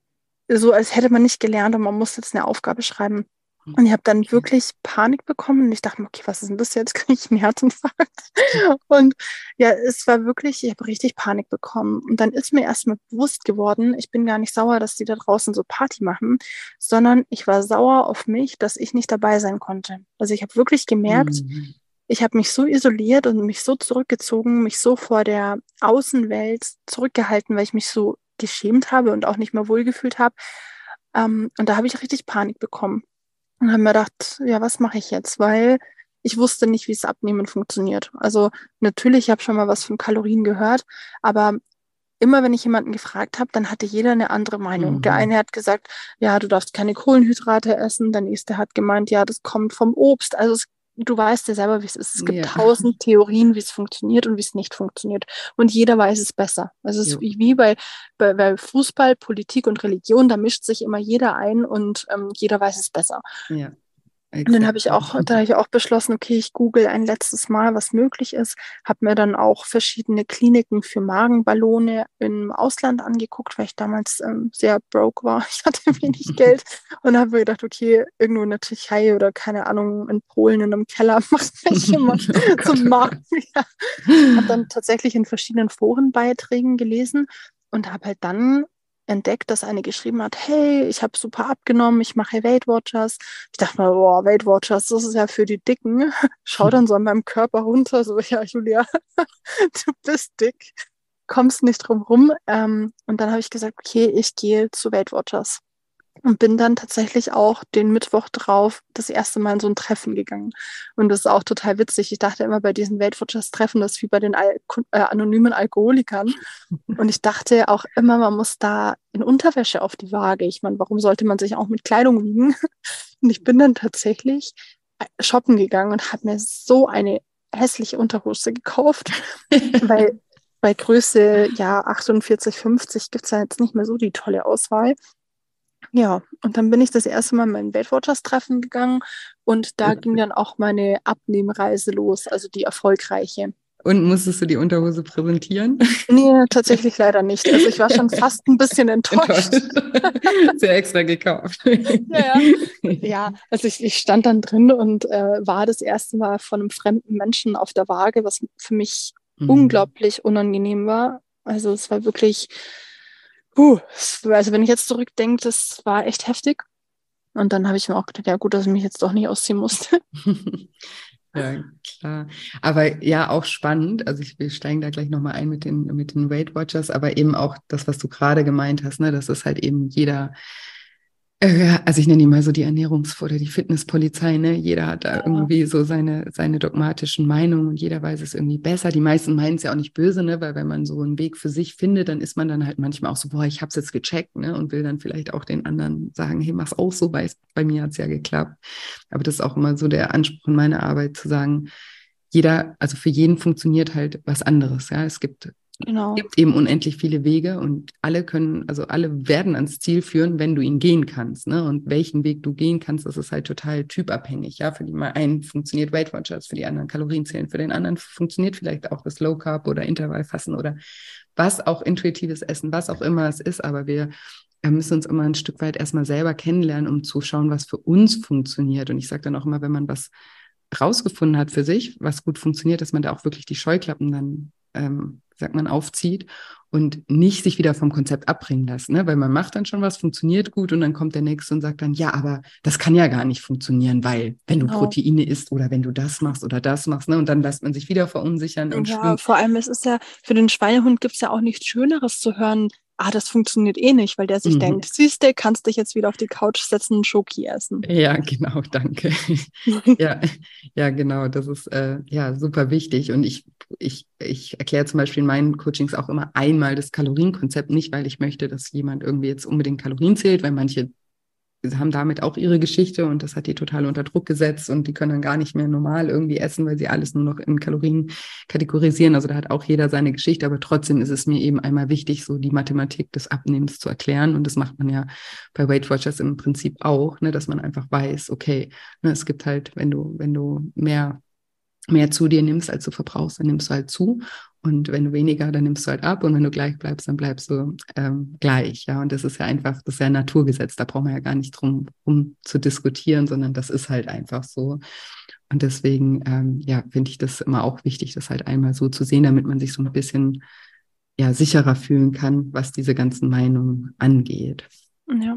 [SPEAKER 2] so, als hätte man nicht gelernt und man muss jetzt eine Aufgabe schreiben. Und ich habe dann
[SPEAKER 1] Okay.
[SPEAKER 2] wirklich Panik bekommen und ich dachte mir, okay, was ist denn das jetzt? Kriege ich einen Herzinfarkt? Und ja, es war wirklich, ich habe richtig Panik bekommen. Und dann ist mir erstmal bewusst geworden, ich bin gar nicht sauer, dass die da draußen so Party machen, sondern ich war sauer auf mich, dass ich nicht dabei sein konnte. Also ich habe wirklich gemerkt,
[SPEAKER 1] Mhm.
[SPEAKER 2] ich habe mich so isoliert und mich so zurückgezogen, mich so vor der Außenwelt zurückgehalten, weil ich mich so geschämt habe und auch nicht mehr wohlgefühlt habe. Ähm, und da habe ich richtig Panik bekommen. Und habe mir gedacht, ja, was mache ich jetzt? Weil ich wusste nicht, wie es Abnehmen funktioniert. Also natürlich, ich habe schon mal was von Kalorien gehört, aber immer wenn ich jemanden gefragt habe, dann hatte jeder eine andere Meinung. Der
[SPEAKER 1] Mhm.
[SPEAKER 2] eine hat gesagt, ja, du darfst keine Kohlenhydrate essen. Der nächste hat gemeint, ja, das kommt vom Obst. Also es, du weißt ja selber, wie es ist. Es gibt
[SPEAKER 1] Ja.
[SPEAKER 2] tausend Theorien, wie es funktioniert und wie es nicht funktioniert. Und jeder weiß es besser. Also es ist
[SPEAKER 1] Jo.
[SPEAKER 2] wie, wie bei, bei, bei Fußball, Politik und Religion, da mischt sich immer jeder ein und ähm, jeder weiß es besser.
[SPEAKER 1] Ja,
[SPEAKER 2] Und dann
[SPEAKER 1] exakt.
[SPEAKER 2] habe ich auch, da habe ich auch beschlossen, okay, ich google ein letztes Mal, was möglich ist. Habe mir dann auch verschiedene Kliniken für Magenballone im Ausland angeguckt, weil ich damals ähm, sehr broke war. Ich hatte wenig Geld und habe mir gedacht, okay, irgendwo in der Tschechei oder keine Ahnung, in Polen in einem Keller macht mich immer
[SPEAKER 1] Oh
[SPEAKER 2] so
[SPEAKER 1] Gott, oh Gott.
[SPEAKER 2] Magen. Ja. Habe dann tatsächlich in verschiedenen Forenbeiträgen gelesen und habe halt dann entdeckt, dass eine geschrieben hat, hey, ich habe super abgenommen, ich mache Weight Watchers. Ich dachte mir, boah, Weight Watchers, das ist ja für die Dicken. Schau dann so an meinem Körper runter, so, ja, Julia, du bist dick, kommst nicht drum rum. Ähm, und dann habe ich gesagt, okay, ich gehe zu Weight Watchers. Und bin dann tatsächlich auch den Mittwoch drauf das erste Mal in so ein Treffen gegangen. Und das ist auch total witzig. Ich dachte immer bei diesen Weight Watchers Treffen, das ist wie bei den Al äh, anonymen Alkoholikern. Und ich dachte auch immer, man muss da in Unterwäsche auf die Waage. Ich meine, warum sollte man sich auch mit Kleidung wiegen? Und ich bin dann tatsächlich shoppen gegangen und habe mir so eine hässliche Unterhose gekauft, weil bei Größe ja achtundvierzig, fünfzig gibt es ja jetzt nicht mehr so die tolle Auswahl. Ja, und dann bin ich das erste Mal in mein Weight Watchers Treffen gegangen und da ging dann auch meine Abnehmreise los, also die erfolgreiche.
[SPEAKER 1] Und musstest du die Unterhose präsentieren?
[SPEAKER 2] Nee, tatsächlich leider nicht. Also ich war schon fast ein bisschen
[SPEAKER 1] Enttäuscht.
[SPEAKER 2] enttäuscht.
[SPEAKER 1] Sehr extra gekauft.
[SPEAKER 2] Ja, ja. Ja, also ich, ich stand dann drin und äh, war das erste Mal von einem fremden Menschen auf der Waage, was für mich
[SPEAKER 1] Mhm.
[SPEAKER 2] unglaublich unangenehm war. Also es war wirklich, puh, es- also wenn ich jetzt zurückdenke, das war echt heftig. Und dann habe ich mir auch gedacht, ja gut, dass ich mich jetzt doch nicht ausziehen musste.
[SPEAKER 1] Ja, klar. Aber ja, auch spannend. Also ich, wir steigen da gleich nochmal ein mit den, mit den Weight Watchers, aber eben auch das, was du gerade gemeint hast, ne, das ist halt eben jeder, äh, also ich nenne die mal so die Ernährungs- oder die Fitnesspolizei, ne? Jeder hat da
[SPEAKER 2] Ja,
[SPEAKER 1] irgendwie so seine, seine dogmatischen Meinungen und jeder weiß es irgendwie besser. Die meisten meinen es ja auch nicht böse, ne? Weil wenn man so einen Weg für sich findet, dann ist man dann halt manchmal auch so, boah, ich habe es jetzt gecheckt, ne? Und will dann vielleicht auch den anderen sagen, hey, mach's auch so, weil es, bei mir hat es ja geklappt. Aber das ist auch immer so der Anspruch in meiner Arbeit zu sagen, jeder, also für jeden funktioniert halt was anderes. Ja, es gibt
[SPEAKER 2] Genau.
[SPEAKER 1] Gibt eben unendlich viele Wege und alle können, also alle werden ans Ziel führen, wenn du ihn gehen kannst. Ne? Und welchen Weg du gehen kannst, das ist halt total typabhängig. Ja, für die mal einen funktioniert Weight Watchers, für die anderen Kalorienzählen, für den anderen funktioniert vielleicht auch das Low Carb oder Intervallfasten oder was auch intuitives Essen, was auch immer es ist. Aber wir müssen uns immer ein Stück weit erstmal selber kennenlernen, um zu schauen, was für uns funktioniert. Und ich sage dann auch immer, wenn man was rausgefunden hat für sich, was gut funktioniert, dass man da auch wirklich die Scheuklappen dann, ähm, sagt man, aufzieht und nicht sich wieder vom Konzept abbringen lässt, ne? Weil man macht dann schon was, funktioniert gut und dann kommt der Nächste und sagt dann, ja, aber das kann ja gar nicht funktionieren, weil wenn du
[SPEAKER 2] Genau.
[SPEAKER 1] Proteine isst oder wenn du das machst oder das machst, ne? Und dann lässt man sich wieder verunsichern und
[SPEAKER 2] Ja,
[SPEAKER 1] schwimmt.
[SPEAKER 2] vor allem, es ist ja, für den Schweinehund gibt es ja auch nichts Schöneres zu hören, ah, das funktioniert eh nicht, weil der sich
[SPEAKER 1] Mhm.
[SPEAKER 2] denkt, siehste, kannst dich jetzt wieder auf die Couch setzen und Schoki essen.
[SPEAKER 1] Ja, genau, danke. Ja, ja, genau, das ist äh, ja super wichtig. Und ich, ich, ich erkläre zum Beispiel in meinen Coachings auch immer einmal das Kalorienkonzept, nicht, weil ich möchte, dass jemand irgendwie jetzt unbedingt Kalorien zählt, weil manche haben damit auch ihre Geschichte und das hat die total unter Druck gesetzt und die können dann gar nicht mehr normal irgendwie essen, weil sie alles nur noch in Kalorien kategorisieren. Also da hat auch jeder seine Geschichte, aber trotzdem ist es mir eben einmal wichtig, so die Mathematik des Abnehmens zu erklären und das macht man ja bei Weight Watchers im Prinzip auch, ne, dass man einfach weiß, okay, ne, es gibt halt, wenn du, wenn du mehr mehr zu dir nimmst, als du verbrauchst, dann nimmst du halt zu. Und wenn du weniger, dann nimmst du halt ab. Und wenn du gleich bleibst, dann bleibst du ähm, gleich. Ja, und das ist ja einfach, das ist ja ein Naturgesetz. Da brauchen wir ja gar nicht drum rum zu diskutieren, sondern das ist halt einfach so. Und deswegen, ähm, ja, finde ich das immer auch wichtig, das halt einmal so zu sehen, damit man sich so ein bisschen ja, sicherer fühlen kann, was diese ganzen Meinungen angeht.
[SPEAKER 2] Ja.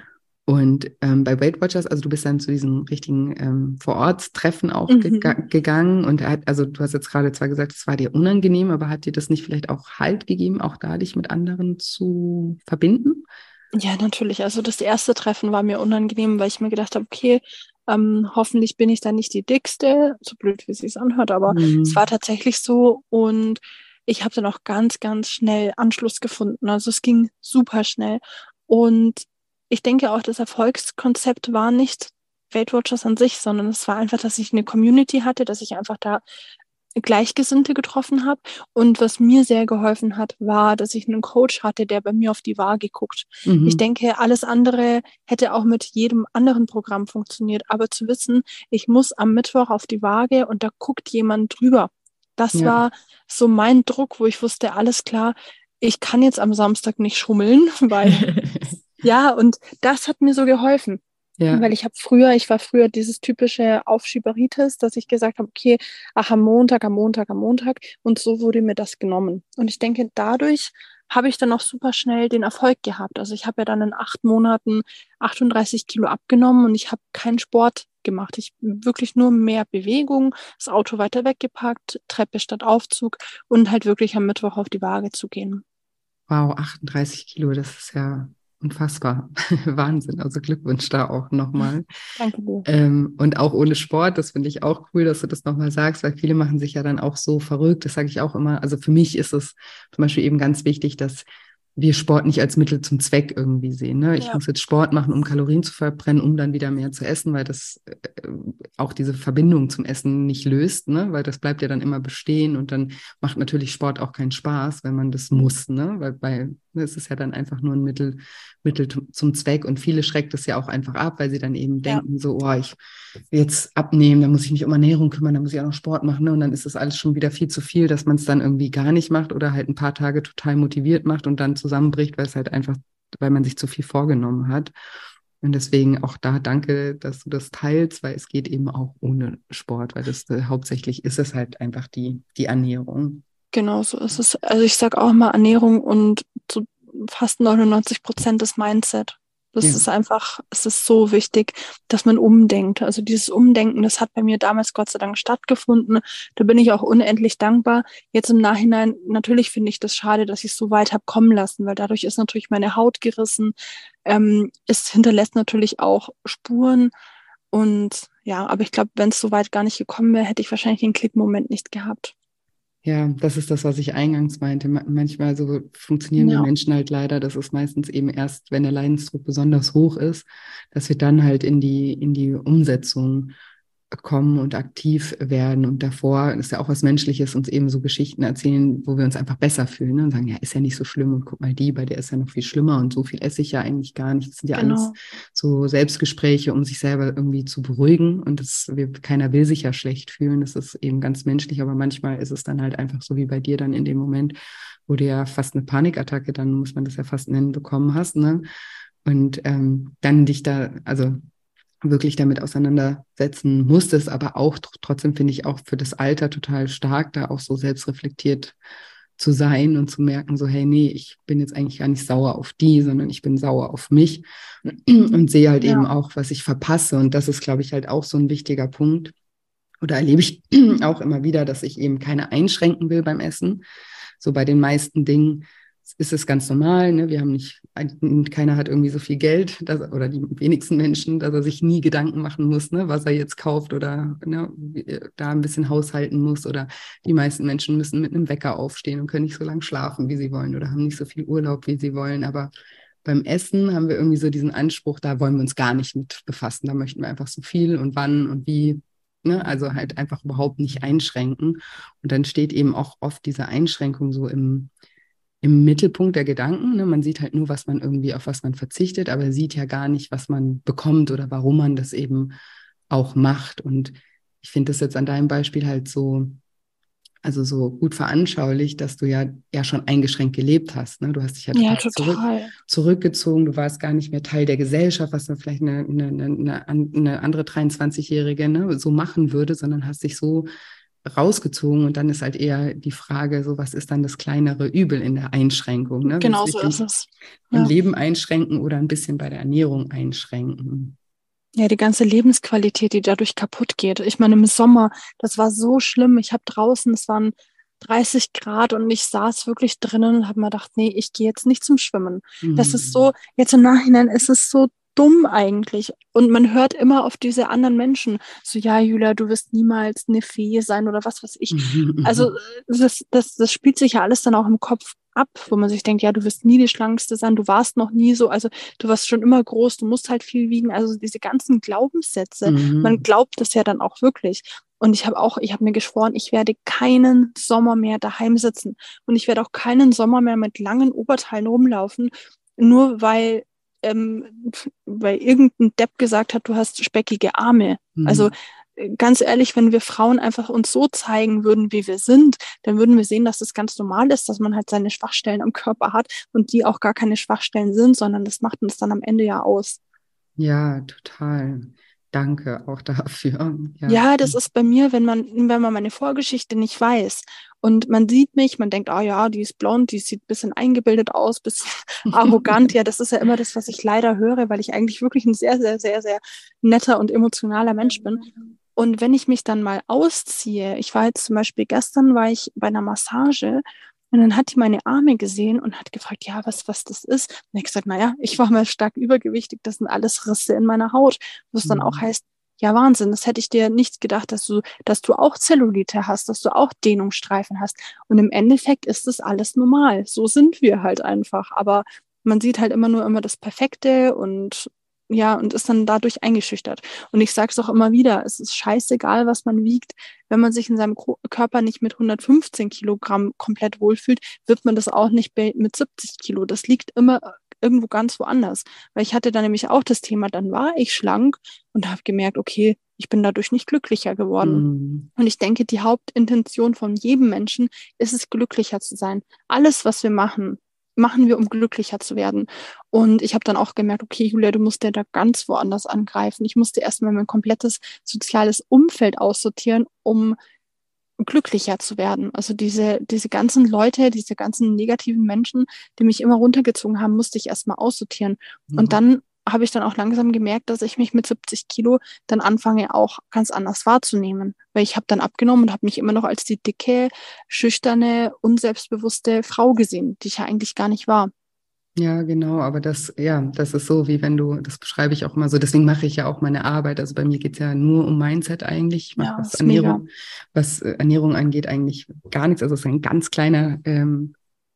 [SPEAKER 1] Und ähm, bei Weight Watchers, also du bist dann zu diesem richtigen ähm, Vorortstreffen auch gega
[SPEAKER 2] Mhm.
[SPEAKER 1] gegangen und er hat, also du hast jetzt gerade zwar gesagt, es war dir unangenehm, aber hat dir das nicht vielleicht auch Halt gegeben, auch da dich mit anderen zu verbinden?
[SPEAKER 2] Ja, natürlich. Also das erste Treffen war mir unangenehm, weil ich mir gedacht habe, okay, ähm, hoffentlich bin ich da nicht die Dickste, so blöd wie es sich anhört, aber es war
[SPEAKER 1] Mhm.
[SPEAKER 2] tatsächlich so und ich habe dann auch ganz, ganz schnell Anschluss gefunden. Also es ging super schnell und ich denke auch, das Erfolgskonzept war nicht Weight Watchers an sich, sondern es war einfach, dass ich eine Community hatte, dass ich einfach da Gleichgesinnte getroffen habe. Und was mir sehr geholfen hat, war, dass ich einen Coach hatte, der bei mir auf die Waage guckt. Ich
[SPEAKER 1] Mhm.
[SPEAKER 2] denke, alles andere hätte auch mit jedem anderen Programm funktioniert. Aber zu wissen, ich muss am Mittwoch auf die Waage und da guckt jemand drüber. Das
[SPEAKER 1] Ja.
[SPEAKER 2] war so mein Druck, wo ich wusste, alles klar, ich kann jetzt am Samstag nicht schummeln, weil ja, und das hat mir so geholfen.
[SPEAKER 1] Ja.
[SPEAKER 2] Weil ich habe früher, ich war früher dieses typische Aufschieberitis, dass ich gesagt habe, okay, ach, am Montag, am Montag, am Montag. Und so wurde mir das genommen. Und ich denke, dadurch habe ich dann auch super schnell den Erfolg gehabt. Also ich habe ja dann in acht Monaten achtunddreißig Kilo abgenommen und ich habe keinen Sport gemacht. Ich wirklich nur mehr Bewegung, das Auto weiter weggepackt, Treppe statt Aufzug und halt wirklich am Mittwoch auf die Waage zu gehen.
[SPEAKER 1] Wow, achtunddreißig Kilo, das ist ja unfassbar. Wahnsinn. Also Glückwunsch da auch nochmal.
[SPEAKER 2] Danke dir.
[SPEAKER 1] Ähm, und auch ohne Sport, das finde ich auch cool, dass du das nochmal sagst, weil viele machen sich ja dann auch so verrückt. Das sage ich auch immer. Also für mich ist es zum Beispiel eben ganz wichtig, dass wir Sport nicht als Mittel zum Zweck irgendwie sehen. Ne? Ich
[SPEAKER 2] Ja,
[SPEAKER 1] muss jetzt Sport machen, um Kalorien zu verbrennen, um dann wieder mehr zu essen, weil das äh, auch diese Verbindung zum Essen nicht löst, ne? Weil das bleibt ja dann immer bestehen und dann macht natürlich Sport auch keinen Spaß, wenn man das muss, ne? Weil, weil es ist ja dann einfach nur ein Mittel, Mittel zum Zweck und viele schreckt es ja auch einfach ab, weil sie dann eben
[SPEAKER 2] ja.
[SPEAKER 1] denken, so, oh, ich will jetzt abnehmen, dann muss ich mich um Ernährung kümmern, dann muss ich auch noch Sport machen, ne? Und dann ist das alles schon wieder viel zu viel, dass man es dann irgendwie gar nicht macht oder halt ein paar Tage total motiviert macht und dann zusammenbricht, weil es halt einfach, weil man sich zu viel vorgenommen hat. Und deswegen auch da danke, dass du das teilst, weil es geht eben auch ohne Sport, weil das äh, hauptsächlich ist es halt einfach die, die Ernährung.
[SPEAKER 2] Genau so ist es. Also ich sage auch mal Ernährung und zu fast neunundneunzig Prozent das Mindset. Das
[SPEAKER 1] Ja,
[SPEAKER 2] ist einfach, es ist so wichtig, dass man umdenkt. Also dieses Umdenken, das hat bei mir damals Gott sei Dank stattgefunden. Da bin ich auch unendlich dankbar. Jetzt im Nachhinein, natürlich finde ich das schade, dass ich es so weit habe kommen lassen, weil dadurch ist natürlich meine Haut gerissen. Ähm, es hinterlässt natürlich auch Spuren. Und ja, aber ich glaube, wenn es so weit gar nicht gekommen wäre, hätte ich wahrscheinlich den Klickmoment nicht gehabt.
[SPEAKER 1] ja, das ist das, was ich eingangs meinte. Ma- Manchmal so funktionieren wir
[SPEAKER 2] Ja.
[SPEAKER 1] Menschen halt leider. Das ist meistens eben erst, wenn der Leidensdruck besonders hoch ist, dass wir dann halt in die, in die Umsetzung kommen und aktiv werden. Und davor ist ja auch was Menschliches, uns eben so Geschichten erzählen, wo wir uns einfach besser fühlen, ne? Und sagen, ja, ist ja nicht so schlimm und guck mal die, bei der ist ja noch viel schlimmer und so viel esse ich ja eigentlich gar nicht. Das sind ja alles
[SPEAKER 2] Genau.
[SPEAKER 1] so Selbstgespräche, um sich selber irgendwie zu beruhigen. Und das, wir, keiner will sich ja schlecht fühlen. Das ist eben ganz menschlich, aber manchmal ist es dann halt einfach so wie bei dir dann in dem Moment, wo du ja fast eine Panikattacke, dann muss man das ja fast nennen, bekommen hast, ne? Und ähm, dann dich da, also wirklich damit auseinandersetzen musstest, aber auch tr- trotzdem finde ich auch für das Alter total stark, da auch so selbstreflektiert zu sein und zu merken, so, hey, nee, ich bin jetzt eigentlich gar nicht sauer auf die, sondern ich bin sauer auf mich und sehe halt eben
[SPEAKER 2] Ja.
[SPEAKER 1] auch, was ich verpasse. Und das ist, glaube ich, halt auch so ein wichtiger Punkt. Oder erlebe ich auch immer wieder, dass ich eben keine einschränken will beim Essen. So bei den meisten Dingen ist es ganz normal. Ne? Wir haben nicht, keiner hat irgendwie so viel Geld, dass, oder die wenigsten Menschen, dass er sich nie Gedanken machen muss, ne, was er jetzt kauft oder ne, da ein bisschen haushalten muss. Oder die meisten Menschen müssen mit einem Wecker aufstehen und können nicht so lange schlafen, wie sie wollen oder haben nicht so viel Urlaub, wie sie wollen. Aber beim Essen haben wir irgendwie so diesen Anspruch, da wollen wir uns gar nicht mit befassen. Da möchten wir einfach so viel und wann und wie. Ne? Also halt einfach überhaupt nicht einschränken. Und dann steht eben auch oft diese Einschränkung so im, im Mittelpunkt der Gedanken. Ne? Man sieht halt nur, was man irgendwie, auf was man verzichtet, aber sieht ja gar nicht, was man bekommt oder warum man das eben auch macht. Und ich finde das jetzt an deinem Beispiel halt so, also so gut veranschaulicht, dass du ja, ja schon eingeschränkt gelebt hast. Ne? Du hast dich ja
[SPEAKER 2] Ja,
[SPEAKER 1] total zurück,
[SPEAKER 2] total.
[SPEAKER 1] zurückgezogen, du warst gar nicht mehr Teil der Gesellschaft, was dann vielleicht eine, eine, eine, eine andere dreiundzwanzig-Jährige ne, so machen würde, sondern hast dich so rausgezogen und dann ist halt eher die Frage, so was ist dann das kleinere Übel in der Einschränkung? Ne? Willst
[SPEAKER 2] Genau
[SPEAKER 1] du
[SPEAKER 2] so
[SPEAKER 1] dich
[SPEAKER 2] ist
[SPEAKER 1] im,
[SPEAKER 2] es.
[SPEAKER 1] im
[SPEAKER 2] Ja.
[SPEAKER 1] Leben einschränken oder ein bisschen bei der Ernährung einschränken?
[SPEAKER 2] Ja, die ganze Lebensqualität, die dadurch kaputt geht. Ich meine, im Sommer, das war so schlimm. Ich habe draußen, es waren dreißig Grad und ich saß wirklich drinnen und habe mir gedacht, nee, ich gehe jetzt nicht zum Schwimmen. Das ist so,
[SPEAKER 1] Mhm.
[SPEAKER 2] jetzt im Nachhinein ist es so dumm eigentlich. Und man hört immer auf diese anderen Menschen, so, ja, Julia, du wirst niemals eine Fee sein oder was weiß ich. Also
[SPEAKER 1] Mhm.
[SPEAKER 2] das, das, das spielt sich ja alles dann auch im Kopf ab, wo man sich denkt, ja, du wirst nie die Schlankste sein, du warst noch nie so, also du warst schon immer groß, du musst halt viel wiegen. Also diese ganzen Glaubenssätze, man
[SPEAKER 1] Mhm.
[SPEAKER 2] glaubt das ja dann auch wirklich. Und ich habe auch, ich habe mir geschworen, ich werde keinen Sommer mehr daheim sitzen. Und ich werde auch keinen Sommer mehr mit langen Oberteilen rumlaufen, nur weil, ähm, weil irgendein Depp gesagt hat, du hast speckige Arme. Also
[SPEAKER 1] Mhm.
[SPEAKER 2] äh, ganz ehrlich, wenn wir Frauen einfach uns so zeigen würden, wie wir sind, dann würden wir sehen, dass das ganz normal ist, dass man halt seine Schwachstellen am Körper hat und die auch gar keine Schwachstellen sind, sondern das macht uns dann am Ende ja aus.
[SPEAKER 1] Ja, total. Danke auch dafür. Ja.
[SPEAKER 2] Ja, das ist bei mir, wenn man, wenn man meine Vorgeschichte nicht weiß und man sieht mich, man denkt, ah ja, die ist blond, die sieht ein bisschen eingebildet aus, bisschen arrogant. Ja, das ist ja immer das, was ich leider höre, weil ich eigentlich wirklich ein sehr, sehr, sehr, sehr netter und emotionaler Mensch bin. Und wenn ich mich dann mal ausziehe, ich war jetzt zum Beispiel gestern, war ich bei einer Massage und dann hat die meine Arme gesehen und hat gefragt, ja, was, was das ist. Und ich gesagt, naja, ich war mal stark übergewichtig, das sind alles Risse in meiner Haut, was dann auch
[SPEAKER 1] Mhm.
[SPEAKER 2] heißt, ja, Wahnsinn, das hätte ich dir nicht gedacht, dass du, dass du auch Zellulite hast, dass du auch Dehnungsstreifen hast. Und im Endeffekt ist das alles normal. So sind wir halt einfach. Aber man sieht halt immer nur immer das Perfekte und ja, und ist dann dadurch eingeschüchtert. Und ich sage es auch immer wieder, es ist scheißegal, was man wiegt. Wenn man sich in seinem Körper nicht mit hundertfünfzehn Kilogramm komplett wohlfühlt, wird man das auch nicht mit siebzig Kilo. Das liegt immer irgendwo ganz woanders. Weil ich hatte da nämlich auch das Thema, dann war ich schlank und habe gemerkt, okay, ich bin dadurch nicht glücklicher geworden.
[SPEAKER 1] Mhm.
[SPEAKER 2] Und ich denke, die Hauptintention von jedem Menschen ist es, glücklicher zu sein. Alles, was wir machen, machen wir, um glücklicher zu werden. Und ich habe dann auch gemerkt, okay, Julia, du musst dir da ganz woanders angreifen. Ich musste erstmal mein komplettes soziales Umfeld aussortieren, um glücklicher zu werden. Also diese, diese ganzen Leute, diese ganzen negativen Menschen, die mich immer runtergezogen haben, musste ich erstmal aussortieren. Und
[SPEAKER 1] Mhm.
[SPEAKER 2] dann habe ich dann auch langsam gemerkt, dass ich mich mit siebzig Kilo dann anfange auch ganz anders wahrzunehmen. Weil ich habe dann abgenommen und habe mich immer noch als die dicke, schüchterne, unselbstbewusste Frau gesehen, die ich ja eigentlich gar nicht war.
[SPEAKER 1] Ja, genau, aber das, ja, das ist so, wie wenn du, das beschreibe ich auch immer so, deswegen mache ich ja auch meine Arbeit. Also bei mir geht es ja nur um Mindset eigentlich. Ich mache,
[SPEAKER 2] Ja,
[SPEAKER 1] was
[SPEAKER 2] ist mega.
[SPEAKER 1] Ernährung, was äh, Ernährung angeht, eigentlich gar nichts. Also es ist ein ganz kleiner ähm,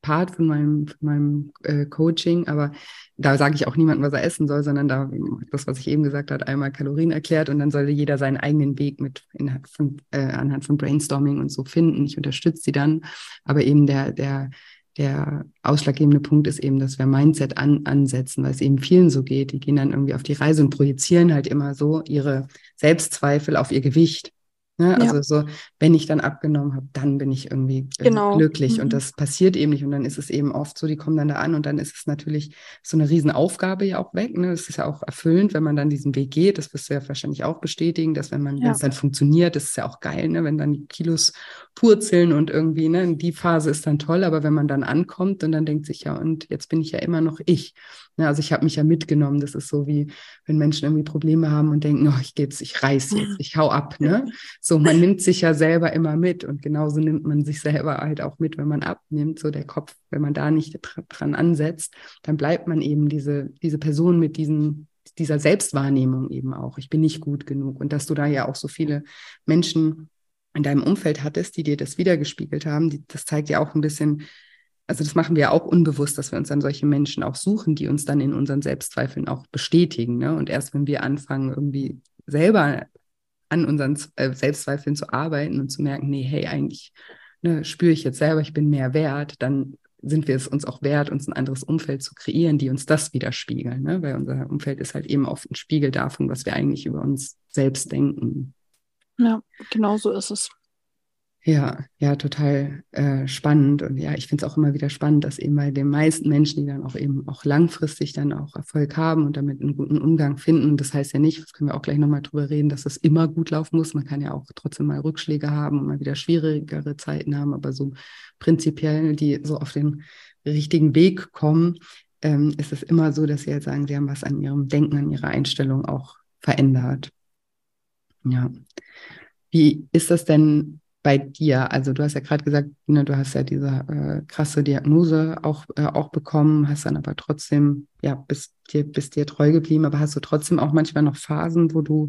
[SPEAKER 1] Part von meinem, von meinem äh, Coaching, aber da sage ich auch niemandem, was er essen soll, sondern da, das, was ich eben gesagt habe, einmal Kalorien erklärt und dann sollte jeder seinen eigenen Weg mit innerhalb von, äh, anhand von Brainstorming und so finden. Ich unterstütze sie dann, aber eben der, der, der ausschlaggebende Punkt ist eben, dass wir Mindset an, ansetzen, weil es eben vielen so geht. Die gehen dann irgendwie auf die Reise und projizieren halt immer so ihre Selbstzweifel auf ihr Gewicht. Ne?
[SPEAKER 2] Ja,
[SPEAKER 1] Also so, wenn ich dann abgenommen habe, dann bin ich irgendwie äh,
[SPEAKER 2] genau.
[SPEAKER 1] glücklich. Und
[SPEAKER 2] Mhm.
[SPEAKER 1] das passiert eben nicht. Und dann ist es eben oft so, die kommen dann da an und dann ist es natürlich so eine Riesenaufgabe ja auch weg. Ne? Das ist ja auch erfüllend, wenn man dann diesen Weg geht. Das wirst du ja wahrscheinlich auch bestätigen, dass wenn man, wenn
[SPEAKER 2] Ja,
[SPEAKER 1] es dann funktioniert, das ist ja auch geil, ne? Wenn dann die Kilos purzeln und irgendwie, ne, die Phase ist dann toll, aber wenn man dann ankommt und dann denkt sich, ja, und jetzt bin ich ja immer noch ich. Ne? Also ich habe mich ja mitgenommen. Das ist so wie, wenn Menschen irgendwie Probleme haben und denken, oh, ich gehe jetzt, ich reiß jetzt, ich hau ab, ne? So, man nimmt sich ja selber immer mit und genauso nimmt man sich selber halt auch mit, wenn man abnimmt, so der Kopf, wenn man da nicht dran ansetzt, dann bleibt man eben diese, diese Person mit diesen, dieser Selbstwahrnehmung eben auch. Ich bin nicht gut genug und dass du da ja auch so viele Menschen in deinem Umfeld hattest, die dir das wiedergespiegelt haben, die, das zeigt ja auch ein bisschen, also das machen wir ja auch unbewusst, dass wir uns dann solche Menschen auch suchen, die uns dann in unseren Selbstzweifeln auch bestätigen, ne? Und erst wenn wir anfangen, irgendwie selber an unseren äh, Selbstzweifeln zu arbeiten und zu merken, nee, hey, eigentlich ne, spüre ich jetzt selber, ich bin mehr wert, dann sind wir es uns auch wert, uns ein anderes Umfeld zu kreieren, die uns das widerspiegeln, ne? Weil unser Umfeld ist halt eben oft ein Spiegel davon, was wir eigentlich über uns selbst denken.
[SPEAKER 2] ja, genau so ist es.
[SPEAKER 1] Ja, ja, total äh, spannend. Und ja, ich finde es auch immer wieder spannend, dass eben bei den meisten Menschen, die dann auch eben auch langfristig dann auch Erfolg haben und damit einen guten Umgang finden, das heißt ja nicht, das können wir auch gleich nochmal drüber reden, dass das immer gut laufen muss. Man kann ja auch trotzdem mal Rückschläge haben und mal wieder schwierigere Zeiten haben, aber so prinzipiell, die so auf den richtigen Weg kommen, ähm, ist es immer so, dass sie halt sagen, sie haben was an ihrem Denken, an ihrer Einstellung auch verändert. Ja. Wie ist das denn bei dir? Also du hast ja gerade gesagt, ne, du hast ja diese äh, krasse Diagnose auch, äh, auch bekommen, hast dann aber trotzdem, ja, bist dir, bist dir treu geblieben, aber hast du trotzdem auch manchmal noch Phasen, wo du,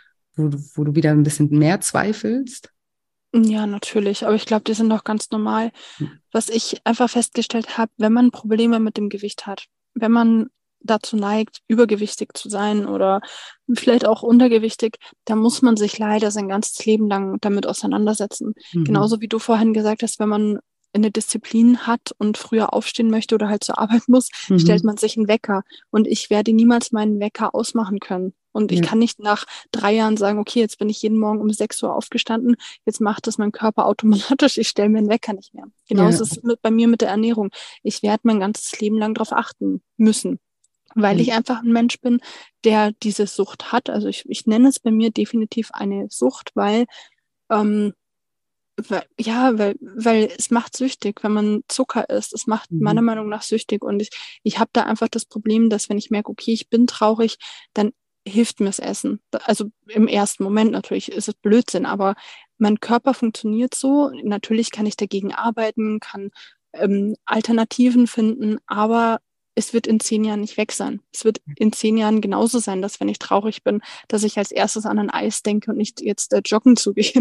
[SPEAKER 1] wo du, wo du wieder ein bisschen mehr zweifelst?
[SPEAKER 2] Ja, natürlich. Aber ich glaube, die sind doch ganz normal. Was ich einfach festgestellt habe, wenn man Probleme mit dem Gewicht hat, wenn man dazu neigt, übergewichtig zu sein oder vielleicht auch untergewichtig, dann muss man sich leider sein ganzes Leben lang damit auseinandersetzen.
[SPEAKER 1] Mhm.
[SPEAKER 2] Genauso wie du vorhin gesagt hast, wenn man eine Disziplin hat und früher aufstehen möchte oder halt zur Arbeit muss, stellt
[SPEAKER 1] Mhm.
[SPEAKER 2] man sich einen Wecker. Und ich werde niemals meinen Wecker ausmachen können. Und ich
[SPEAKER 1] Ja,
[SPEAKER 2] kann nicht nach drei Jahren sagen, okay, jetzt bin ich jeden Morgen um sechs Uhr aufgestanden, jetzt macht das mein Körper automatisch, ich stelle mir einen Wecker nicht mehr. Genauso
[SPEAKER 1] ja,
[SPEAKER 2] ist es mit, bei mir mit der Ernährung. Ich werde mein ganzes Leben lang darauf achten müssen, weil
[SPEAKER 1] ja.
[SPEAKER 2] ich einfach ein Mensch bin, der diese Sucht hat. Also ich, ich nenne es bei mir definitiv eine Sucht, weil ähm, weil, ja, weil, weil es macht süchtig, wenn man Zucker isst. Es macht meiner
[SPEAKER 1] Mhm.
[SPEAKER 2] Meinung nach süchtig. Und ich, ich habe da einfach das Problem, dass wenn ich merke, okay, ich bin traurig, dann hilft mir das Essen. Also im ersten Moment natürlich ist es Blödsinn, aber mein Körper funktioniert so. Natürlich kann ich dagegen arbeiten, kann ähm, Alternativen finden, aber es wird in zehn Jahren nicht weg sein. Es wird in zehn Jahren genauso sein, dass wenn ich traurig bin, dass ich als erstes an ein Eis denke und nicht jetzt äh, joggen zu gehen.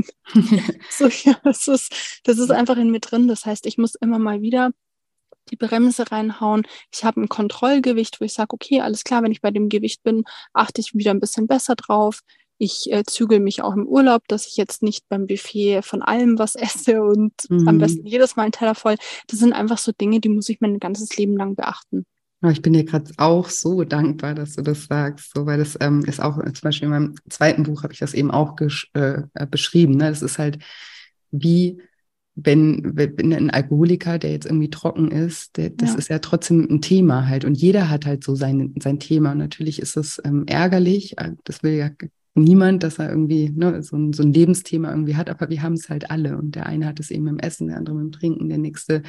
[SPEAKER 2] So, ja, das ist, das ist einfach in mir drin. Das heißt, ich muss immer mal wieder die Bremse reinhauen. Ich habe ein Kontrollgewicht, wo ich sage, okay, alles klar, wenn ich bei dem Gewicht bin, achte ich wieder ein bisschen besser drauf. Ich äh, zügel mich auch im Urlaub, dass ich jetzt nicht beim Buffet von allem was esse und am besten
[SPEAKER 1] Mhm.
[SPEAKER 2] jedes Mal einen Teller voll. Das sind einfach so Dinge, die muss ich mein ganzes Leben lang beachten.
[SPEAKER 1] Aber ich bin dir gerade auch so dankbar, dass du das sagst, so, weil das ähm, ist auch zum Beispiel in meinem zweiten Buch habe ich das eben auch gesch- äh, äh, beschrieben. Ne? Das ist halt wie wenn, wenn ein Alkoholiker, der jetzt irgendwie trocken ist, der, das
[SPEAKER 2] Ja,
[SPEAKER 1] ist ja trotzdem ein Thema halt und jeder hat halt so sein, sein Thema. Und natürlich ist das ähm, ärgerlich, äh, das will ja niemand, dass er irgendwie ne, so, ein, so ein Lebensthema irgendwie hat, aber wir haben es halt alle und der eine hat es eben im Essen, der andere mit dem Trinken, der nächste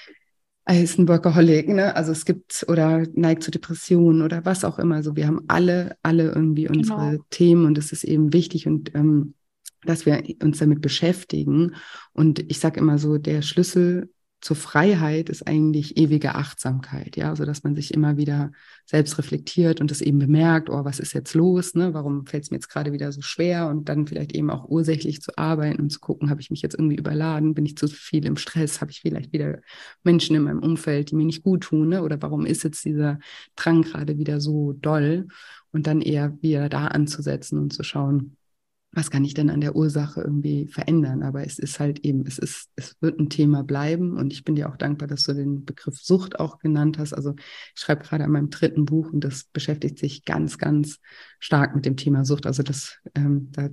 [SPEAKER 1] er ist ein Workaholic, ne? Also es gibt oder neigt zu Depressionen oder was auch immer. Also wir haben alle, alle irgendwie
[SPEAKER 2] genau.
[SPEAKER 1] unsere Themen und es ist eben wichtig und ähm, dass wir uns damit beschäftigen. Und ich sage immer so, der Schlüssel zur Freiheit ist eigentlich ewige Achtsamkeit, ja, also dass man sich immer wieder selbst reflektiert und das eben bemerkt, oh, was ist jetzt los, ne? Warum fällt es mir jetzt gerade wieder so schwer und dann vielleicht eben auch ursächlich zu arbeiten und zu gucken, habe ich mich jetzt irgendwie überladen, bin ich zu viel im Stress, habe ich vielleicht wieder Menschen in meinem Umfeld, die mir nicht gut tun, ne? Oder warum ist jetzt dieser Drang gerade wieder so doll und dann eher wieder da anzusetzen und zu schauen, was kann ich denn an der Ursache irgendwie verändern? Aber es ist halt eben, es ist, es wird ein Thema bleiben und ich bin dir auch dankbar, dass du den Begriff Sucht auch genannt hast. Also ich schreibe gerade an meinem dritten Buch und das beschäftigt sich ganz, ganz stark mit dem Thema Sucht. Also das, ähm, da,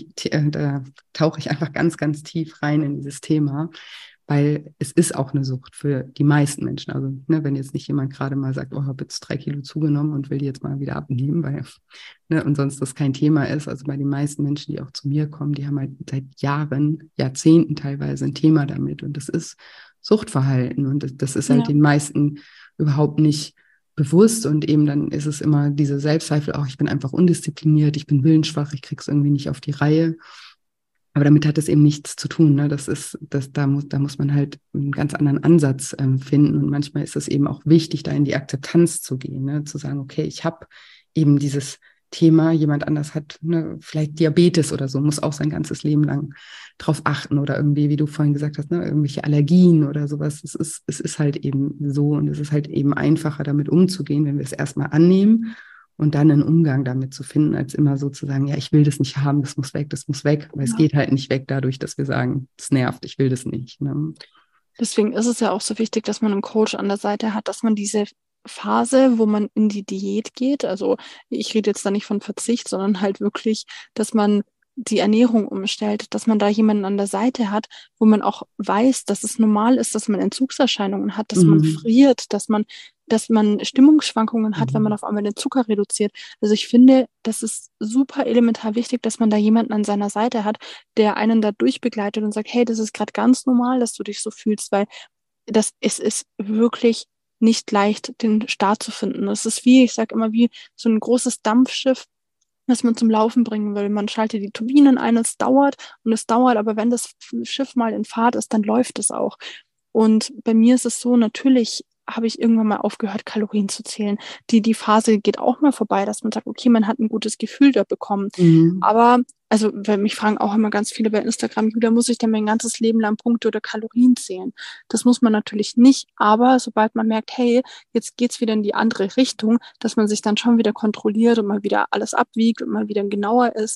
[SPEAKER 1] da tauche ich einfach ganz, ganz tief rein in dieses Thema, weil es ist auch eine Sucht für die meisten Menschen. Also ne, wenn jetzt nicht jemand gerade mal sagt, oh, ich habe jetzt drei Kilo zugenommen und will die jetzt mal wieder abnehmen, weil ne, und sonst das kein Thema ist. Also bei den meisten Menschen, die auch zu mir kommen, die haben halt seit Jahren, Jahrzehnten teilweise ein Thema damit und das ist Suchtverhalten und das, das ist halt
[SPEAKER 2] Ja.
[SPEAKER 1] den meisten überhaupt nicht bewusst und eben dann ist es immer diese Selbstzweifel, auch ich bin einfach undiszipliniert, ich bin willensschwach, ich krieg's irgendwie nicht auf die Reihe. Aber damit hat es eben nichts zu tun. Ne? Das ist, das, da muss, da muss man halt einen ganz anderen Ansatz ähm, finden. Und manchmal ist es eben auch wichtig, da in die Akzeptanz zu gehen, ne? Zu sagen, okay, ich habe eben dieses Thema, jemand anders hat ne, vielleicht Diabetes oder so, muss auch sein ganzes Leben lang drauf achten oder irgendwie, wie du vorhin gesagt hast, ne, irgendwelche Allergien oder sowas. Es ist, es ist halt eben so und es ist halt eben einfacher, damit umzugehen, wenn wir es erstmal annehmen und dann einen Umgang damit zu finden, als immer so zu sagen, ja, ich will das nicht haben, das muss weg, das muss weg. Aber ja. Es geht halt nicht weg dadurch, dass wir sagen, es nervt, ich will das nicht. Ne?
[SPEAKER 2] Deswegen ist es ja auch so wichtig, dass man einen Coach an der Seite hat, dass man diese Phase, wo man in die Diät geht, also ich rede jetzt da nicht von Verzicht, sondern halt wirklich, dass man die Ernährung umstellt, dass man da jemanden an der Seite hat, wo man auch weiß, dass es normal ist, dass man Entzugserscheinungen hat, dass mhm. man friert, dass man, dass man Stimmungsschwankungen hat, mhm. wenn man auf einmal den Zucker reduziert. Also ich finde, das ist super elementar wichtig, dass man da jemanden an seiner Seite hat, der einen da durchbegleitet und sagt, hey, das ist gerade ganz normal, dass du dich so fühlst, weil das es ist wirklich nicht leicht, den Start zu finden. Es ist wie, ich sage immer, wie so ein großes Dampfschiff, das man zum Laufen bringen will. Man schaltet die Turbinen ein, es dauert und es dauert, aber wenn das Schiff mal in Fahrt ist, dann läuft es auch. Und bei mir ist es so, natürlich habe ich irgendwann mal aufgehört, Kalorien zu zählen. Die, die Phase geht auch mal vorbei, dass man sagt, okay, man hat ein gutes Gefühl da bekommen. Mhm. Aber, also, wenn mich fragen auch immer ganz viele bei Instagram, Julia, muss ich denn mein ganzes Leben lang Punkte oder Kalorien zählen? Das muss man natürlich nicht, aber sobald man merkt, hey, jetzt geht's wieder in die andere Richtung, dass man sich dann schon wieder kontrolliert und mal wieder alles abwiegt und mal wieder genauer ist.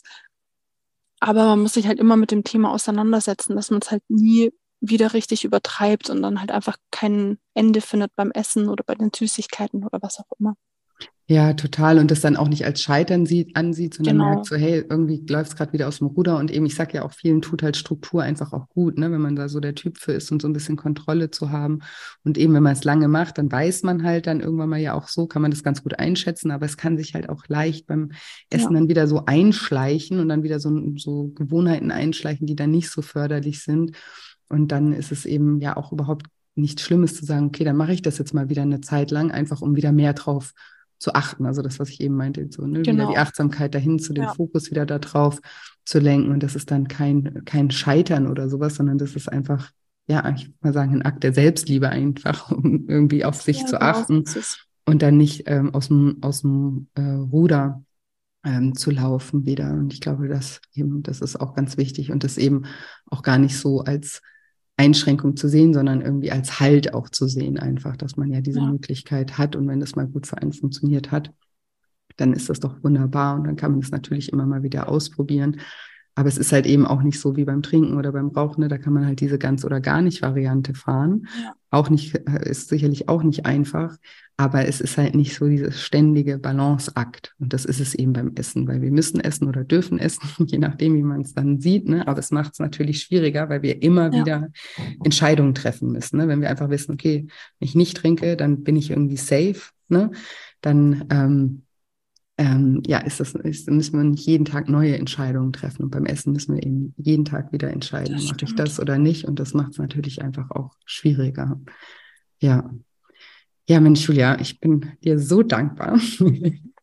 [SPEAKER 2] Aber man muss sich halt immer mit dem Thema auseinandersetzen, dass man es halt nie wieder richtig übertreibt und dann halt einfach kein Ende findet beim Essen oder bei den Süßigkeiten oder was auch immer.
[SPEAKER 1] Ja, total. Und das dann auch nicht als Scheitern sieht, ansieht, sondern
[SPEAKER 2] Genau.
[SPEAKER 1] merkt so, hey, irgendwie läuft es gerade wieder aus dem Ruder. Und eben, ich sage ja auch, vielen tut halt Struktur einfach auch gut, ne, wenn man da so der Typ für ist und so ein bisschen Kontrolle zu haben. Und eben, wenn man es lange macht, dann weiß man halt dann irgendwann mal ja auch so, kann man das ganz gut einschätzen. Aber es kann sich halt auch leicht beim Essen ja. dann wieder so einschleichen und dann wieder so, so Gewohnheiten einschleichen, die dann nicht so förderlich sind. Und dann ist es eben ja auch überhaupt nichts Schlimmes zu sagen, okay, dann mache ich das jetzt mal wieder eine Zeit lang, einfach um wieder mehr drauf zu achten. Also das, was ich eben meinte, so, ne? Genau. Wieder die Achtsamkeit dahin zu, den ja. Fokus wieder darauf zu lenken. Und das ist dann kein, kein Scheitern oder sowas, sondern das ist einfach, ja, ich würde mal sagen, ein Akt der Selbstliebe einfach, um irgendwie auf sich ja, zu genau, achten so und dann nicht ähm, aus dem, aus dem äh, Ruder ähm, zu laufen wieder. Und ich glaube, das eben, das ist auch ganz wichtig und das eben auch gar nicht so als Einschränkung zu sehen, sondern irgendwie als Halt auch zu sehen, einfach, dass man ja diese ja. Möglichkeit hat und wenn das mal gut für einen funktioniert hat, dann ist das doch wunderbar und dann kann man es natürlich immer mal wieder ausprobieren. Aber es ist halt eben auch nicht so wie beim Trinken oder beim Rauchen, ne? Da kann man halt diese ganz oder gar nicht Variante fahren. Ja. Auch nicht, ist sicherlich auch nicht einfach, aber es ist halt nicht so dieses ständige Balanceakt. Und das ist es eben beim Essen, weil wir müssen essen oder dürfen essen, je nachdem, wie man es dann sieht. Ne? Aber es macht es natürlich schwieriger, weil wir immer ja. wieder Entscheidungen treffen müssen. Ne? Wenn wir einfach wissen, okay, wenn ich nicht trinke, dann bin ich irgendwie safe. Ne? Dann ähm, Ähm, ja, ist das, ist, müssen wir nicht jeden Tag neue Entscheidungen treffen. Und beim Essen müssen wir eben jeden Tag wieder entscheiden, mache ich das oder nicht. Und das macht es natürlich einfach auch schwieriger. Ja. Ja, Mensch, Julia, ich bin dir so dankbar,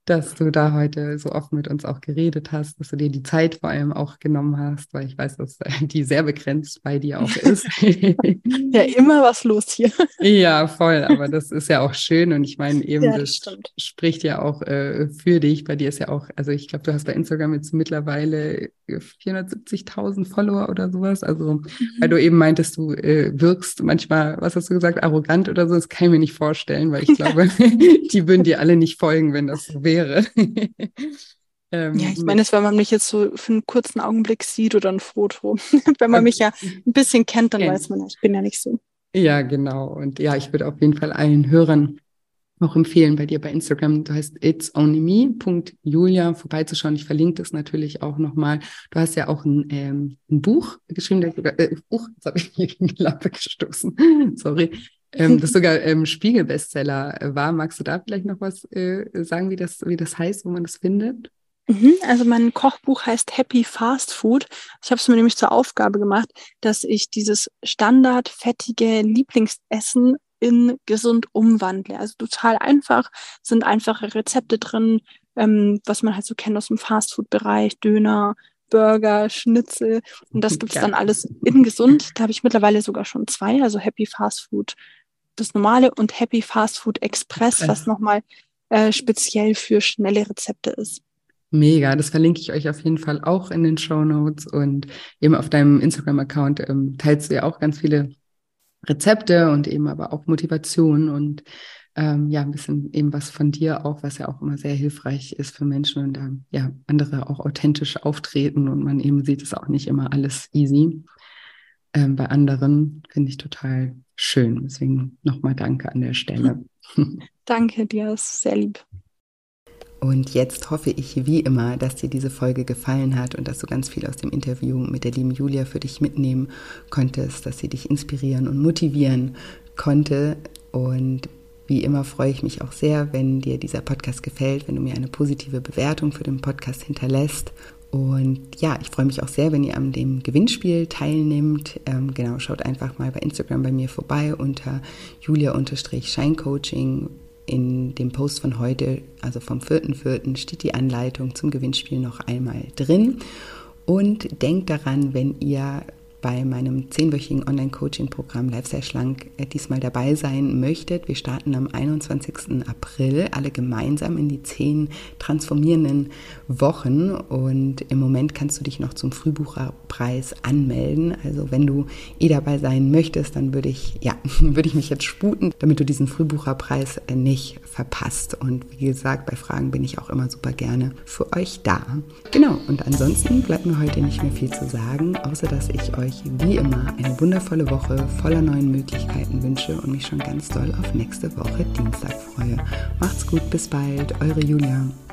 [SPEAKER 1] dass du da heute so offen mit uns auch geredet hast, dass du dir die Zeit vor allem auch genommen hast, weil ich weiß, dass die sehr begrenzt bei dir auch ist.
[SPEAKER 2] Ja, immer was los hier.
[SPEAKER 1] Ja, voll, aber das ist ja auch schön und ich meine eben,
[SPEAKER 2] Ja,
[SPEAKER 1] das
[SPEAKER 2] das stimmt.
[SPEAKER 1] spricht ja auch äh, für dich. Bei dir ist ja auch, also ich glaube, du hast bei Instagram jetzt mittlerweile vierhundertsiebzigtausend Follower oder sowas, also weil
[SPEAKER 2] Mhm.
[SPEAKER 1] du eben meintest, du äh, wirkst manchmal, was hast du gesagt, arrogant oder so, das kann ich mir nicht vorstellen, weil ich glaube, die würden dir alle nicht folgen, wenn das so wäre.
[SPEAKER 2] Ja,
[SPEAKER 1] ähm,
[SPEAKER 2] ich meine, es, wenn man mich jetzt so für einen kurzen Augenblick sieht oder ein Foto. Wenn man mich ja ein bisschen kennt, dann weiß man ja, ich bin ja nicht so.
[SPEAKER 1] Ja, genau. Und ja, ich würde auf jeden Fall allen Hörern auch empfehlen, bei dir bei Instagram, du heißt its only me punkt julia vorbeizuschauen. Ich verlinke das natürlich auch nochmal. Du hast ja auch ein, ähm, ein Buch geschrieben, das sogar, äh, Buch, jetzt habe ich mir gegen die Lampe gestoßen, sorry, ähm, das sogar ähm, Spiegel-Bestseller äh, war. Magst du da vielleicht noch was äh, sagen, wie das, wie das heißt, wo man das findet?
[SPEAKER 2] Mhm, also mein Kochbuch heißt Happy Fast Food. Ich habe es mir nämlich zur Aufgabe gemacht, dass ich dieses standardfettige Lieblingsessen in gesund umwandle. Also total einfach, sind einfache Rezepte drin, ähm, was man halt so kennt aus dem Fastfood-Bereich, Döner, Burger, Schnitzel. Und das gibt's dann
[SPEAKER 1] Geil.
[SPEAKER 2] alles in gesund. Da habe ich mittlerweile sogar schon zwei, also Happy Fast Food, das normale, und Happy Fast Food Express, was
[SPEAKER 1] Express.
[SPEAKER 2] nochmal äh, speziell für schnelle Rezepte ist.
[SPEAKER 1] Mega, das verlinke ich euch auf jeden Fall auch in den Shownotes und eben auf deinem Instagram-Account ähm, teilst du ja auch ganz viele Rezepte und eben aber auch Motivation und ähm, ja, ein bisschen eben was von dir auch, was ja auch immer sehr hilfreich ist für Menschen und ähm, ja, andere auch authentisch auftreten und man eben sieht es auch nicht immer alles easy. Ähm, bei anderen finde ich total schön. Deswegen nochmal danke an der Stelle.
[SPEAKER 2] Danke dir, ist sehr lieb.
[SPEAKER 1] Und jetzt hoffe ich wie immer, dass dir diese Folge gefallen hat und dass du ganz viel aus dem Interview mit der lieben Julia für dich mitnehmen konntest, dass sie dich inspirieren und motivieren konnte. Und wie immer freue ich mich auch sehr, wenn dir dieser Podcast gefällt, wenn du mir eine positive Bewertung für den Podcast hinterlässt. Und ja, ich freue mich auch sehr, wenn ihr an dem Gewinnspiel teilnimmt. Ähm, genau, schaut einfach mal bei Instagram bei mir vorbei unter julia-scheincoaching. In dem Post von heute, also vom vierten vierten steht die Anleitung zum Gewinnspiel noch einmal drin. Und denkt daran, wenn ihr bei meinem zehnwöchigen Online-Coaching-Programm Lifestyle Schlank diesmal dabei sein möchtet. Wir starten am einundzwanzigsten April alle gemeinsam in die zehn transformierenden Wochen und im Moment kannst du dich noch zum Frühbucherpreis anmelden. Also wenn du eh dabei sein möchtest, dann würde ich, ja, würde ich mich jetzt sputen, damit du diesen Frühbucherpreis nicht verpasst. Und wie gesagt, bei Fragen bin ich auch immer super gerne für euch da. Genau, und ansonsten bleibt mir heute nicht mehr viel zu sagen, außer dass ich euch wie immer eine wundervolle Woche voller neuen Möglichkeiten wünsche und mich schon ganz doll auf nächste Woche Dienstag freue. Macht's gut, bis bald, eure Julia.